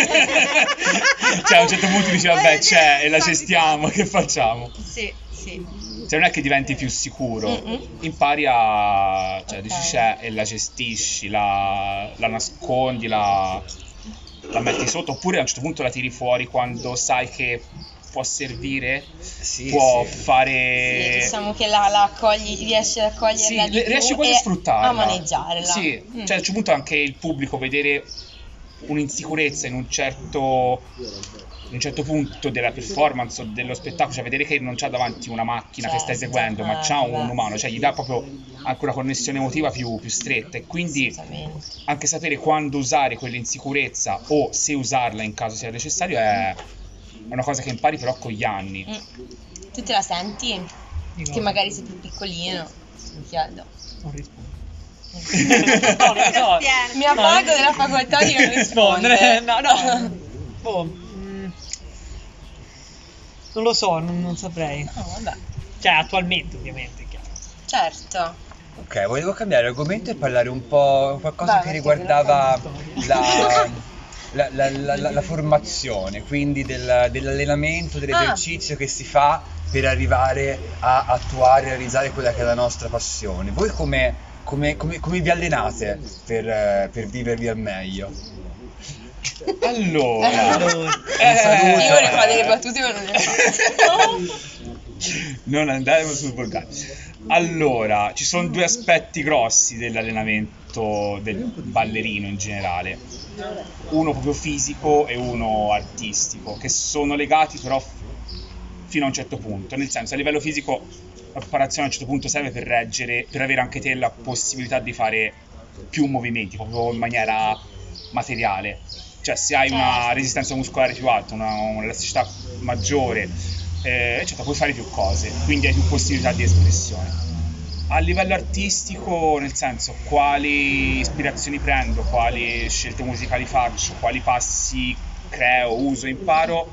Cioè a un certo punto dici vabbè c'è e la gestiamo, che facciamo? Sì, sì. Cioè non è che diventi più sicuro, Mm-mm. impari a... cioè Ok. dici c'è e la gestisci, la, la nascondi, la, la metti sotto, oppure a un certo punto la tiri fuori quando sai che può servire, Sì, può sì. fare... Sì, diciamo che la, la accogli, riesci ad accoglierla Sì, di più riesci quasi e a sfruttarla. a maneggiarla. Sì, Mm. cioè a un certo punto anche il pubblico vedere un'insicurezza in un certo in un certo punto della performance o dello spettacolo, cioè vedere che non c'ha davanti una macchina che stai Certo, seguendo, ma eh, c'ha un beh. umano, cioè gli dà proprio anche una connessione emotiva più, più stretta e quindi Assolutamente. anche sapere quando usare quell'insicurezza o se usarla in caso sia necessario è è una cosa che impari però con gli anni. Mm. Tu te la senti? Dico, Che magari sei più piccolino. Mi chiedo. non rispondo. No, non lo so. Pieno. Mi avvalgo della facoltà di non rispondere. No, no. Boh, mm, non lo so, non, non saprei. No, vabbè. Cioè, attualmente, ovviamente, è chiaro. Certo. Ok, volevo cambiare argomento e parlare un po' qualcosa Vai, che vai, riguardava te, la, la, la, la, la- la formazione, quindi del- dell'allenamento, dell'esercizio che si fa per arrivare a attuare e realizzare quella che è la nostra passione. Voi come, come, come, come vi allenate per, eh, per vivervi al meglio? Allora, Allora, eh, Io vorrei fare delle battute ma non le faccio. non andare sul volgare. Allora, ci sono due aspetti grossi dell'allenamento del ballerino in generale, uno proprio fisico e uno artistico, che sono legati però f- fino a un certo punto, nel senso a livello fisico la preparazione a un certo punto serve per reggere, per avere anche te la possibilità di fare più movimenti, proprio in maniera materiale, cioè se hai una Certo. resistenza muscolare più alta, una, un'elasticità maggiore, eh, eccetera, puoi fare più cose, quindi hai più possibilità di espressione. a livello artistico, nel senso, quali ispirazioni prendo, quali scelte musicali faccio, quali passi creo, uso, imparo,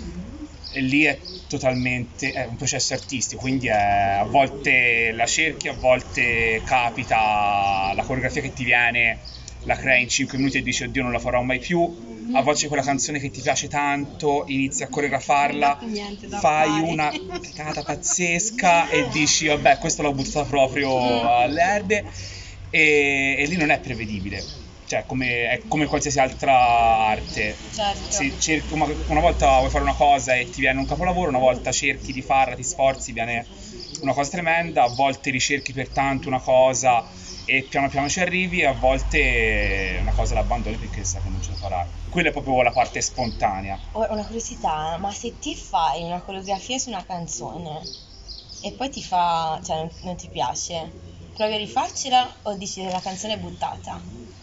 e lì è totalmente è un processo artistico, quindi è, a volte la cerchi, a volte capita la coreografia che ti viene, la crei in cinque minuti e dici oddio non la farò mai più. A volte c'è quella canzone che ti piace tanto, inizi a coreografarla, fai fare. una cagata pazzesca e dici vabbè questa l'ho buttata proprio alle erbe, e, e lì non è prevedibile, cioè come, è come qualsiasi altra arte. Certo. Se cerchi, una, una volta vuoi fare una cosa e ti viene un capolavoro, una volta cerchi di farla, ti sforzi, viene una cosa tremenda, a volte ricerchi per tanto una cosa e piano piano ci arrivi, e a volte una cosa l'abbandoni perché sai che non ce la farai. Quella è proprio la parte spontanea. Ho una curiosità, ma se ti fai una coreografia su una canzone e poi ti fa, cioè non, non ti piace, provi a rifarcela o dici che la canzone è buttata?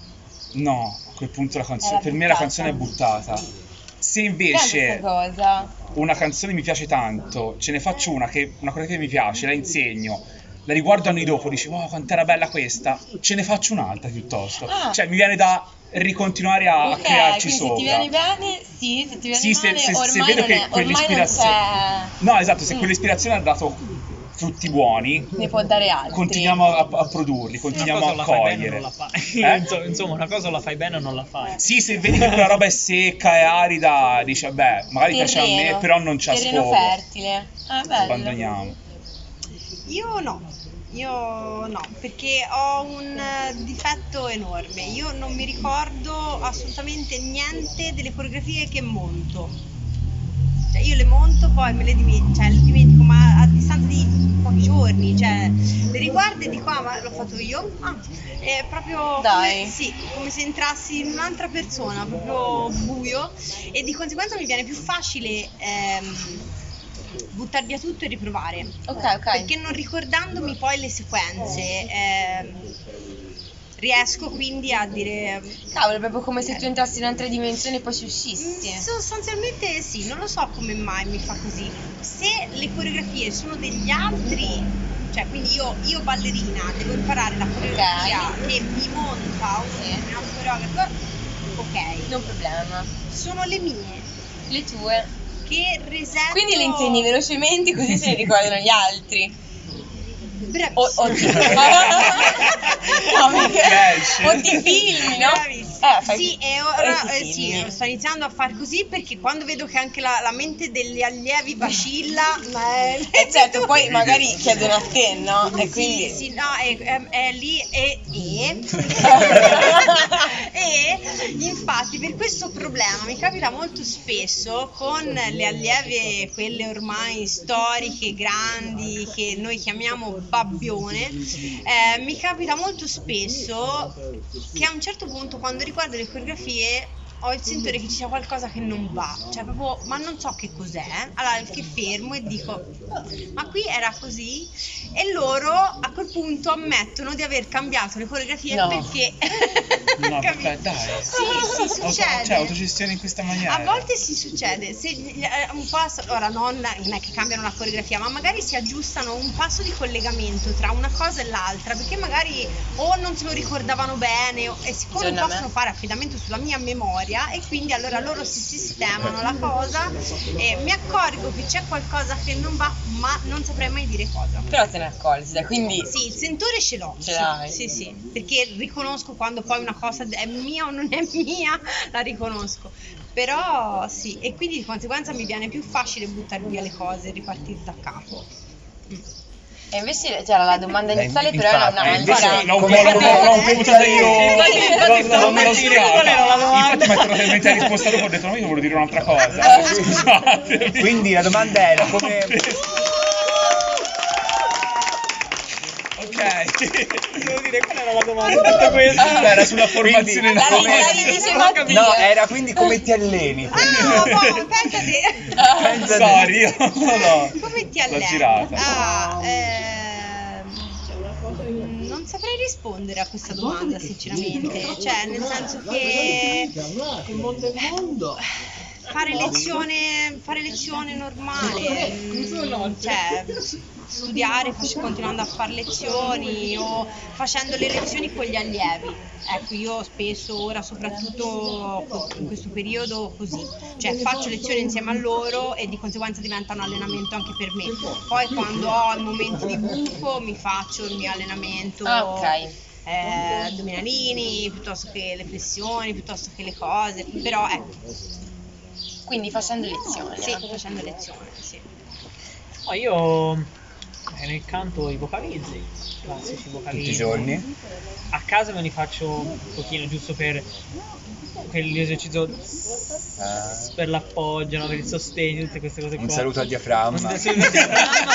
No, a quel punto la canzone, Era per me la buttata. canzone è buttata. Se Grande invece questa cosa. una canzone mi piace tanto, ce ne faccio una che una coreografia che mi piace, la insegno, la riguardo anni dopo, dici wow quant'era bella questa, ce ne faccio un'altra piuttosto. Ah. Cioè mi viene da ricontinuare a, a Ok, crearci quindi sopra. se ti viene bene, sì, se ti viene Sì, se- male, se- se ormai vedo non che è, ormai non quell'ispirazione- c'è, No, esatto, se Mm. quell'ispirazione ha dato frutti buoni, ne può dare altri. continuiamo a, a produrli, Una continuiamo cosa a la fai bene o cogliere. non la fai. Eh? Insomma, insomma, una cosa la fai bene o non la fai. Sì, se vedi che quella roba è secca e arida, dici vabbè, magari piace a me, Terreno, però non c'ha terreno sfogo. fertile. Ah, bello. Abbandoniamo. Io no, io no, perché ho un eh, difetto enorme. Io non mi ricordo assolutamente niente delle coreografie che monto. Cioè io le monto, poi me le dimentico, cioè, le dimentico, ma a distanza di pochi giorni, cioè le riguardo e dico ah ma l'ho fatto io? Ah, è proprio Dai. come, sì, come se entrassi in un'altra persona, proprio buio, e di conseguenza mi viene più facile ehm, buttar via tutto e riprovare. Ok, ok. Perché non ricordandomi poi le sequenze, ehm, riesco quindi a dire. Cavolo, è proprio come se tu entrassi in un'altra dimensione e poi ci mm, uscissi. Sostanzialmente sì, non lo so come mai mi fa così. Se le coreografie sono degli altri, cioè quindi io, io ballerina devo imparare la coreografia Ok. che mi monta un, Sì. un altro coreografo, ok, Non problema. sono le mie Le tue. che resetto. Quindi le insegni velocemente così se ne ricordano gli altri. Bravissima. O, o ti... no, perché... Flash. o ti filmi, no? Bravissima. Eh, fai- Sì, e ora eh, eh, ti sì, filmi. sto iniziando a far così perché quando vedo che anche la, la mente degli allievi vacilla, ma è, E certo, poi magari chiedono a te, no? E sì, quindi... sì, no, è, è- è lì e, e, e infatti per questo problema mi capita molto spesso con le allieve, quelle ormai storiche, grandi, che noi chiamiamo babbione, eh, mi capita molto spesso che a un certo punto quando riguardo le coreografie ho il sentore che ci sia qualcosa che non va, cioè proprio, ma non so che cos'è, allora che fermo e dico, ma qui era così? E loro a quel punto ammettono di aver cambiato le coreografie No. perché... No, Capito? vabbè, dai. Sì, sì, Auto- succede. Cioè, autogestione in questa maniera. A volte si succede, se, eh, un passo, ora non, non è che cambiano la coreografia, ma magari si aggiustano un passo di collegamento tra una cosa e l'altra, perché magari o non se lo ricordavano bene, o, e siccome Secondo non me. possono fare affidamento sulla mia memoria, e quindi allora loro si sistemano la cosa e mi accorgo che c'è qualcosa che non va, ma non saprei mai dire cosa. Però te ne accorgi, dai, quindi... Sì, il sentore ce l'ho, Ce sì, l'hai? sì, sì, perché riconosco quando poi una cosa è mia o non è mia, la riconosco. Però sì, e quindi di conseguenza mi viene più facile buttare via le cose e ripartire da capo. Mm. E invece c'era la domanda Beh, iniziale, però infatti, era una Eh, invece ancora... l'ho un po' Come- l'ho- l'ho un po' buttata io. Infatti, l'ho- infatti, l'ho- me l'ho infatti, qual era la scritta. domanda? Infatti mi ha trovato la risposta dopo, ho detto no, io volevo dire un'altra cosa. Scusate. Quindi la domanda era come... Ok. Devo dire, qual era la domanda di tutto questo? Beh, era sulla formazione Quindi- La come- la ridiceva Dio. No, era quindi come ti alleni. Ah, no, pensate. Pensa te. Sorry, io no. Come ti L'ho alleni? girata. Ah, ehm, non saprei rispondere a questa domanda sinceramente, cioè nel senso che fare lezione, fare lezione normale, mm, cioè studiare face- continuando a fare lezioni o facendo le lezioni con gli allievi. Ecco, io spesso ora soprattutto co- in questo periodo così, cioè faccio lezioni insieme a loro e di conseguenza diventa un allenamento anche per me. Poi quando ho il momento di buco mi faccio il mio allenamento. Ah, ok. Eh, addominalini piuttosto che le flessioni, piuttosto che le cose, però ecco, Quindi facendo lezione. sì, facendo lezione, sì. No, io eh, nel canto i vocalizzi, classici vocalizzi. Tutti i giorni? A casa me li faccio un pochino giusto per quell'esercizio Ah. per l'appoggio, no? Per il sostegno, tutte queste cose qua. Un saluto al diaframma. Un saluto al diaframma.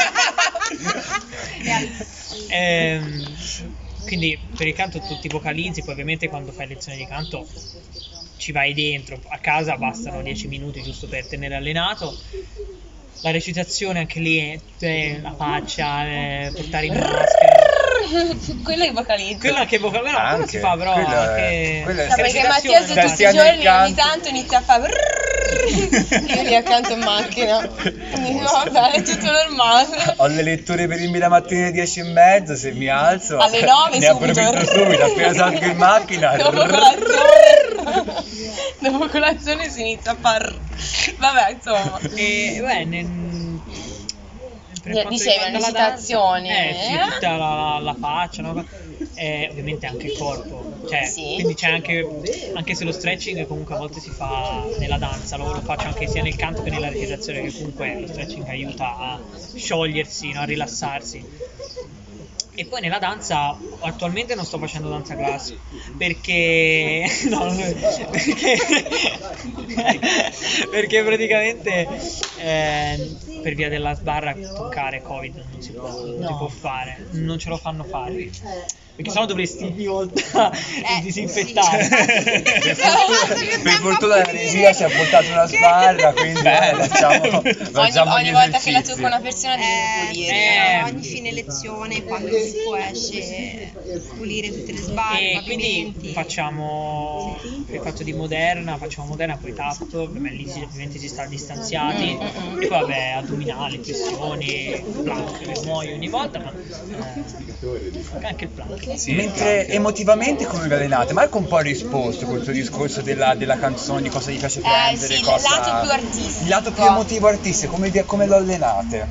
Ehm, quindi per il canto tutti i vocalizzi, poi ovviamente quando fai lezioni di canto ci vai dentro, a casa bastano dieci minuti giusto per tenere allenato. La recitazione anche lì, eh, la faccia, eh, portare in maschera. Quello è vocalizzo. Quello anche vocale, no, quello Anche, si fa però quello è- anche... quello è- No, perché recitazione, Mattia su no? tutti i Stiamo in giorni ogni canto. tanto inizia a fare io lì accanto in macchina. Quindi vabbè, è tutto normale. Ho le letture per il la mattina alle dieci e mezza, se mi alzo Alle nove ne subito. approfitto subito, appena salgo in macchina. Dopo colazione. Dopo colazione si inizia a far. Vabbè, insomma. E beh, nel... per Di- quanto dicevi, riguarda la la danza- recitazione, eh sì, eh? tutta la, la, la faccia, no? E ovviamente anche il corpo, cioè, Sì. quindi c'è anche, anche se lo stretching comunque a volte si fa nella danza, lo, lo faccio anche sia nel canto che nella recitazione, che comunque lo stretching aiuta a sciogliersi, no? A rilassarsi. E poi nella danza attualmente non sto facendo danza class perché no, non- perché, perché praticamente eh, per via della sbarra toccare Covid non si può, non si No. può fare, non ce lo fanno fare. Perché sennò dovresti ogni volta Eh, disinfettare. sì. Per fortuna, per fortuna la regia ci ha portato una sbarra, quindi eh, facciamo, Ogni, facciamo ogni gli volta che la esercizi. tocca una persona devi Eh, pulire. Eh. ogni fine lezione quando il buco esce pulire tutte le sbarre, i E quindi pavimenti. facciamo per il fatto di Moderna, facciamo Moderna poi tappo, per me lì si- ovviamente si sta distanziati Mm, mm, mm. e poi vabbè addominali, flessioni, plank che muoio ogni volta, ma eh, anche il plank. Sì, Mentre anche. emotivamente come vi allenate? Marco un po' ha risposto col suo discorso della, della canzone, di cosa gli piace prendere, sì, il cosa... lato più artistico. Il lato più emotivo artistico, come, vi- come lo allenate?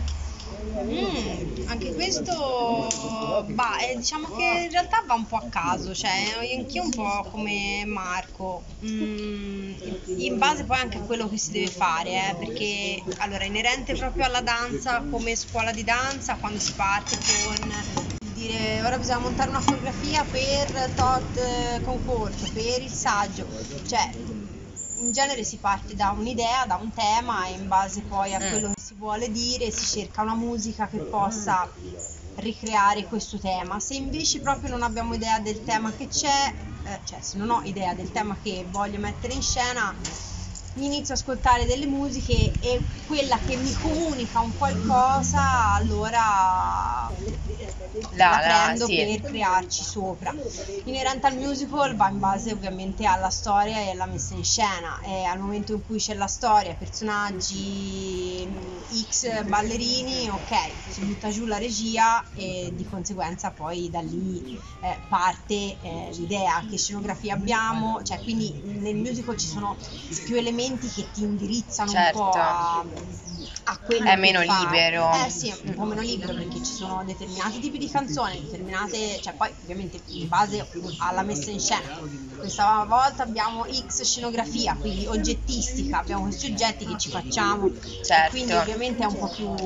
Mm, anche questo, bah, eh, diciamo che in realtà va un po' a caso, cioè anch'io un po' come Marco, mm, in base poi anche a quello che si deve fare, eh, perché allora inerente proprio alla danza come scuola di danza, quando si parte con dire ora bisogna montare una coreografia per tot eh, concorso, per il saggio, cioè in genere si parte da un'idea, da un tema e in base poi a Mm. quello che si vuole dire si cerca una musica che possa ricreare questo tema. Se invece proprio non abbiamo idea del tema che c'è, eh, cioè se non ho idea del tema che voglio mettere in scena, inizio a ascoltare delle musiche e quella che mi comunica un qualcosa, allora La- la la- prendo sì. per crearci sopra. Inerente al musical va in base ovviamente alla storia e alla messa in scena, e al momento in cui c'è la storia, personaggi, X ballerini, ok, si butta giù la regia e di conseguenza poi da lì eh, parte eh, l'idea, che scenografia abbiamo, cioè quindi nel musical ci sono più elementi che ti indirizzano Certo. un po' a, a quello È che meno fai. libero. Eh sì, un po' meno libero perché ci sono determinati tipi di canzoni, determinate, cioè poi ovviamente in base alla messa in scena. Questa volta abbiamo X scenografia, quindi oggettistica, abbiamo questi oggetti che ci facciamo, Certo. quindi ovviamente è un po' più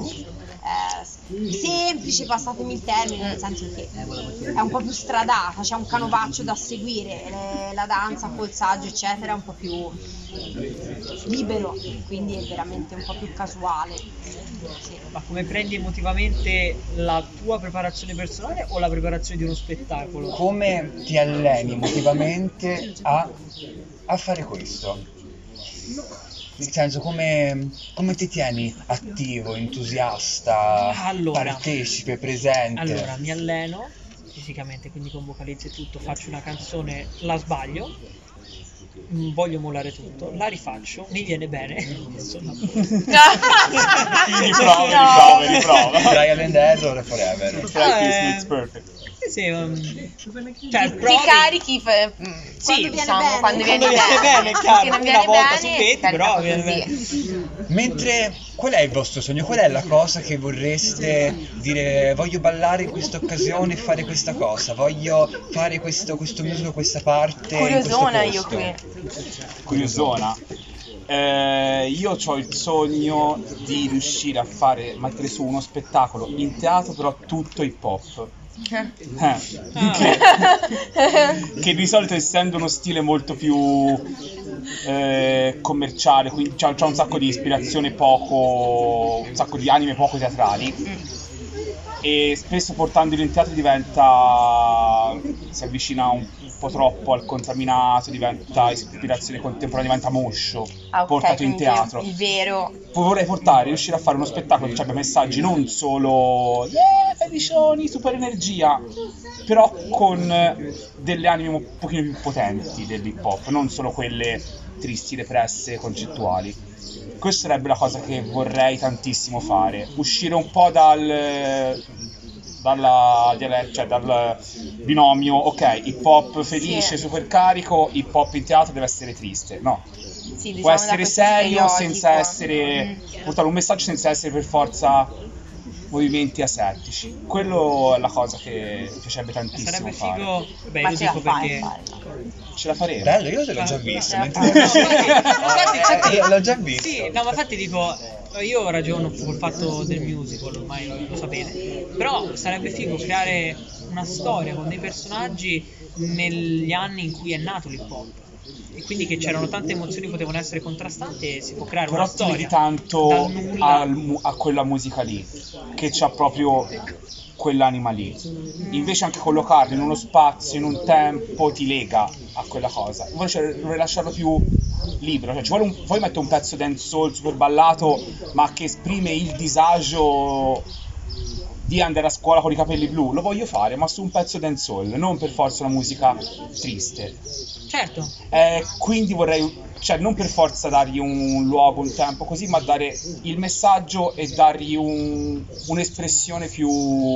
eh, semplice, passatemi il termine, nel senso che è un po' più stradata, c'è un canovaccio da seguire, le- la danza col saggio eccetera è un po' più libero, quindi è veramente un po' più casuale. Sì. Ma come prendi emotivamente la tua preparazione personale o la preparazione di uno spettacolo? Come ti alleni emotivamente a, a fare questo? Nel senso, come, come ti tieni attivo, entusiasta, Allora. partecipe, presente? Allora, mi alleno fisicamente, quindi con vocalizzi e tutto, faccio una canzone, la sbaglio, mm, voglio mollare tutto, la rifaccio, mi viene bene e sono a posto. riprova, riprova, riprova. Trial and error forever. Practice Eh, makes perfect. Sì, sì, um, cioè, Ti provi- carichi f- mm, Sì, viene diciamo, bene. quando viene Quando viene bene, Perché chiaro, non una viene volta bene, su si venti, carica però viene così. Mentre qual è il vostro sogno? Qual è la cosa che vorreste dire? Voglio ballare in questa occasione e fare questa cosa, voglio fare questo, questo musical, questa parte. in questo Curiosona io posto. qui. Curiosona. Eh, io ho il sogno di riuscire a fare, mettere su uno spettacolo in teatro, però tutto hip hop. Eh, che, che di solito, essendo uno stile molto più eh, commerciale, quindi c'ha, c'ha un sacco di ispirazione poco, un sacco di anime poco teatrali, e spesso portandolo in teatro diventa, si avvicina un po' troppo al contaminato, diventa ispirazione contemporanea, diventa moscio, Ah, ok, portato in quindi teatro. il vero. Vorrei portare, riuscire a fare uno spettacolo che abbia messaggi non solo yeah, felicioni, super energia, però con eh, delle anime un pochino più potenti dell'hip hop, non solo quelle tristi, depresse, concettuali. Questa sarebbe la cosa che vorrei tantissimo fare, uscire un po' dal dalla dialetto, cioè dal binomio, ok, hip hop felice, Sì. super carico, hip hop in teatro deve essere triste. No, Sì, diciamo può da essere questo serio stereotipo. senza essere Mm. portare un messaggio senza essere per forza movimenti asettici. Quello è la cosa che mi piacerebbe tantissimo sarebbe fare. figo, beh, Ma lo ce la dico fai perché a farla? Ce la faremo. Bello, io te l'ho già visto. Ce la mentre- fai. Eh, l'ho già visto. Sì, no, ma infatti dico, io ragiono col fatto del musical, ormai lo, lo sapete, però sarebbe figo creare una storia con dei personaggi negli anni in cui è nato l'hip hop. E quindi che c'erano tante emozioni, potevano essere contrastanti e si può creare Però una ti storia vedi tanto dal nulla. al mu- a quella musica lì, che c'ha proprio quell'anima lì. Invece anche collocarlo in uno spazio, in un tempo, ti lega a quella cosa. Vorrei, cioè, vorrei lasciarlo più libero, cioè ci vuole un, poi metto un pezzo dancehall super ballato, ma che esprime il disagio di andare a scuola con i capelli blu. Lo voglio fare, ma su un pezzo dancehall, non per forza una musica triste. Certo, Eh, quindi vorrei, cioè non per forza dargli un luogo, un tempo così, ma dare il messaggio e dargli un- un'espressione più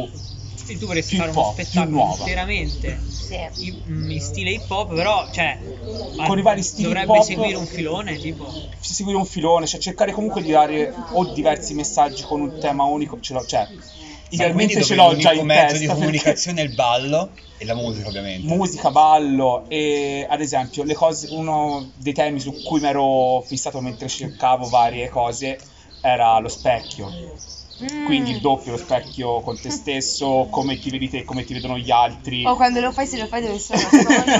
sì, tu vorresti più fare uno pop, più spettacolo nuova. interamente Sì. in, mm, in stile hip hop, però cioè Con i vari stili dovrebbe hip hop. seguire un filone, tipo seguire un filone, cioè cercare comunque di dare o diversi messaggi con un tema unico, ce l'ho, cioè idealmente ce l'ho già in mezzo testa, di perché- comunicazione è il ballo e la musica, ovviamente. musica, ballo e ad esempio le cose, uno dei temi su cui mi ero fissato mentre cercavo varie cose era lo specchio. Mm. Quindi il doppio, lo specchio con te stesso, come ti vedi te, come ti vedono gli altri. O quando lo fai, se lo fai dove sono solo.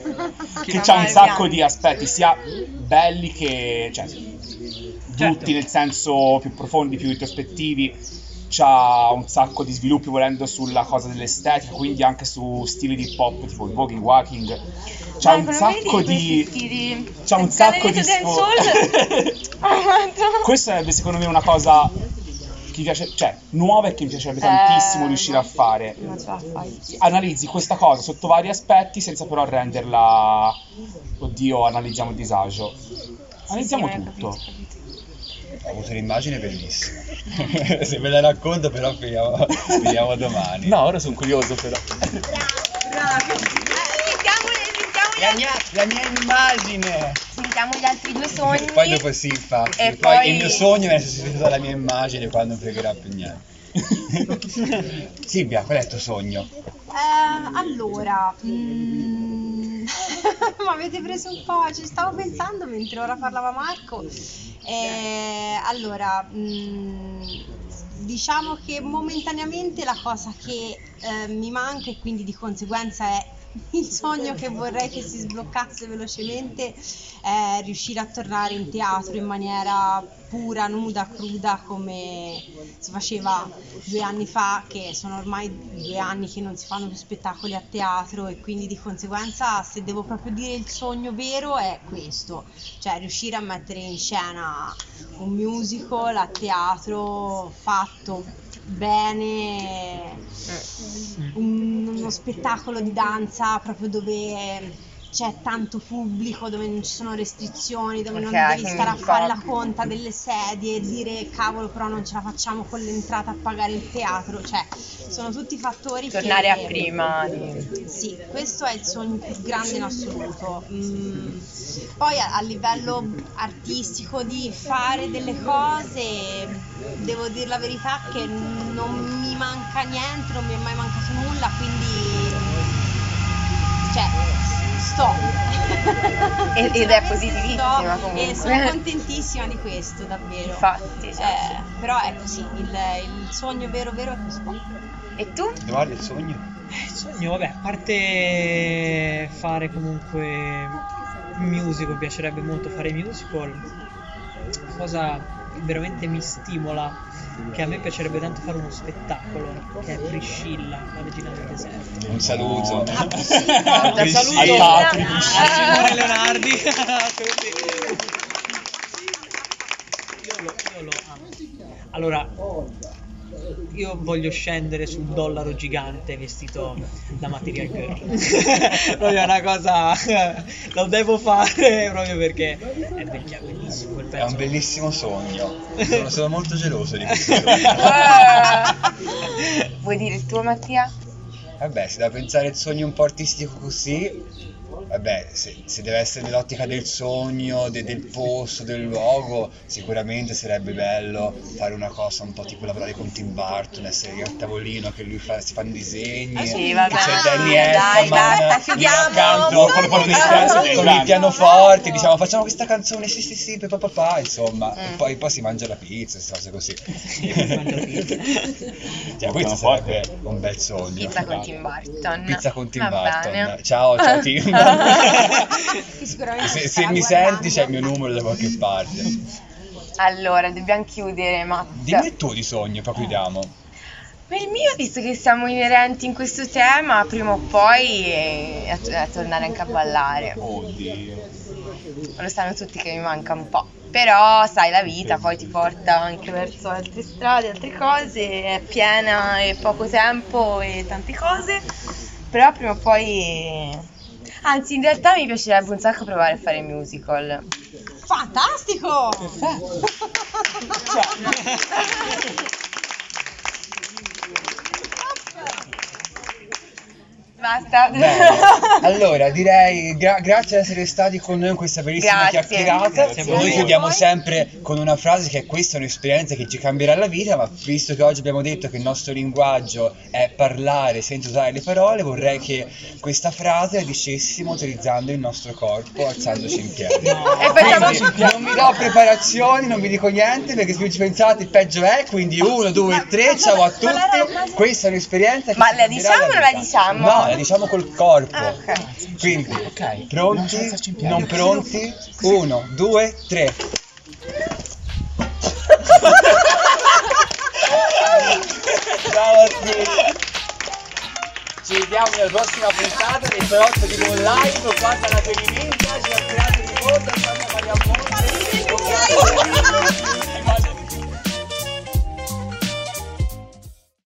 Che c'ha un sacco di aspetti, sia belli che, cioè, Certo. brutti nel senso più profondi, più introspettivi. C'ha un sacco di sviluppi volendo sulla cosa dell'estetica, quindi anche su stili di hip hop tipo il voguing, walking. C'ha Dai, un però sacco vedi di questi stili? c'ha un Il sacco di canale sfo- dancehall. Questa sarebbe secondo me una cosa che mi piace, cioè nuova e che mi piacerebbe tantissimo Eh, riuscire a fare. Non ce la fai. Analizzi questa cosa sotto vari aspetti senza però renderla, oddio, analizziamo il disagio. Analizziamo Sì, sì, tutto. ho capito, ho capito. Ho avuto un'immagine bellissima. Se ve la racconto, però finiamo, finiamo domani. No, ora sono curioso però. Bravi. Eh, sentiamo, sentiamo, gli La altri, mia, la mia immagine! sentiamo gli altri due sogni. Poi dopo sì, infatti. E poi, poi- il mio sogno è sostituito dalla mia immagine quando non fregherà più niente. Silvia, qual è il tuo sogno? Eh, allora, mm, mi avete preso un po', ci stavo pensando mentre ora parlava Marco. Eh, allora, mm, diciamo che momentaneamente la cosa che eh, mi manca e quindi di conseguenza è il sogno che vorrei che si sbloccasse velocemente è riuscire a tornare in teatro in maniera pura, nuda, cruda come si faceva due anni fa, che sono ormai due anni che non si fanno più spettacoli a teatro, e quindi di conseguenza, se devo proprio dire il sogno vero, è questo, cioè riuscire a mettere in scena un musical a teatro fatto bene, un- uno spettacolo di danza proprio dove c'è tanto pubblico, dove non ci sono restrizioni, dove non Ok, devi quindi stare a un fare po'. la conta delle sedie e dire cavolo però non ce la facciamo con l'entrata a pagare il teatro, cioè sono tutti fattori Tornare che... a prima. di- Sì, questo è il sogno più grande in assoluto. Mm, Poi a, a livello artistico di fare delle cose, devo dire la verità che non mi manca niente, non mi è mai mancato nulla, quindi cioè sto. Ed- ed è positivissima Sto comunque. E sono contentissima di questo, davvero. Infatti, cioè. Eh, però è così, il, il sogno vero vero è questo qua. E tu? Guarda il sogno. Il sogno, vabbè, a parte fare comunque musical, mi piacerebbe molto fare musical. Cosa che veramente mi stimola, che a me piacerebbe tanto fare uno spettacolo, che è Priscilla, la regina del deserto. Un saluto. Un Priscilla. saluto Ah. a Simone Leonardi, a tutti. Io lo, io lo amo. Allora, io voglio scendere sul dollaro gigante vestito da Material Girl. Proprio una cosa, lo devo fare proprio perché è belli- bellissimo quel È pezzo. un bellissimo sogno. Sono, sono molto geloso di questo sogno. Ah. Vuoi dire il tuo, Mattia? Vabbè, se da pensare il sogno un po' artistico così, vabbè, se, se deve essere nell'ottica del sogno, de- del posto, del luogo, sicuramente sarebbe bello fare una cosa un po' tipo lavorare con Tim Burton, essere lì al tavolino che lui fa, si fanno disegni, Sì, vabbè. che c'è Danny Dai, Elfman basta, lì chiudiamo. accanto Con- con- con con, il pezzo del con grande. il pianoforte, diciamo facciamo questa canzone, sì sì sì, papà papà, insomma, Mm. e poi, poi si mangia la pizza, queste cose così. Si mangia la pizza. Cioè, questo sarebbe un bel sogno. Pizza con Tim Burton. Pizza con Tim Va Burton. bene. Ciao, ciao Tim. Che sicuramente se ci se starà mi guardando. senti c'è il mio numero da qualche parte. Allora, dobbiamo chiudere, Matt. Dimmi il tuo di sogno, poi chiudiamo. Per il mio, visto che siamo inerenti in questo tema, prima o poi eh, a, a tornare anche a ballare. Oddio. Lo sanno tutti che mi manca un po'. Però, sai, la vita poi ti porta anche verso altre strade, altre cose, è piena e poco tempo e tante cose. Però prima o poi... Anzi, in realtà mi piacerebbe un sacco provare a fare musical. Fantastico! Basta. Bene. Allora, direi gra- grazie di essere stati con noi in questa bellissima Grazie. chiacchierata. Grazie a voi. Noi chiudiamo sempre con una frase che questa è un'esperienza che ci cambierà la vita, ma visto che oggi abbiamo detto che il nostro linguaggio è parlare senza usare le parole, vorrei che questa frase la dicessimo utilizzando il nostro corpo, alzandoci in piedi. E facciamo... Quindi non vi do preparazioni, non vi dico niente perché se più ci pensate il peggio è, quindi uno, due, tre, ciao a tutti. Questa è un'esperienza che Ma ci la cambierà diciamo o non la vita. diciamo? No, la diciamo col corpo. Ah, ok. Quindi, Ok. Non pronti? alzarci in piedi. Non pronti? Uno, due, tre. Ciao a tutti. Ci vediamo nella prossima puntata del prodotto di Go Live, quando la television ci ha creato di moda, quando parliamo molto.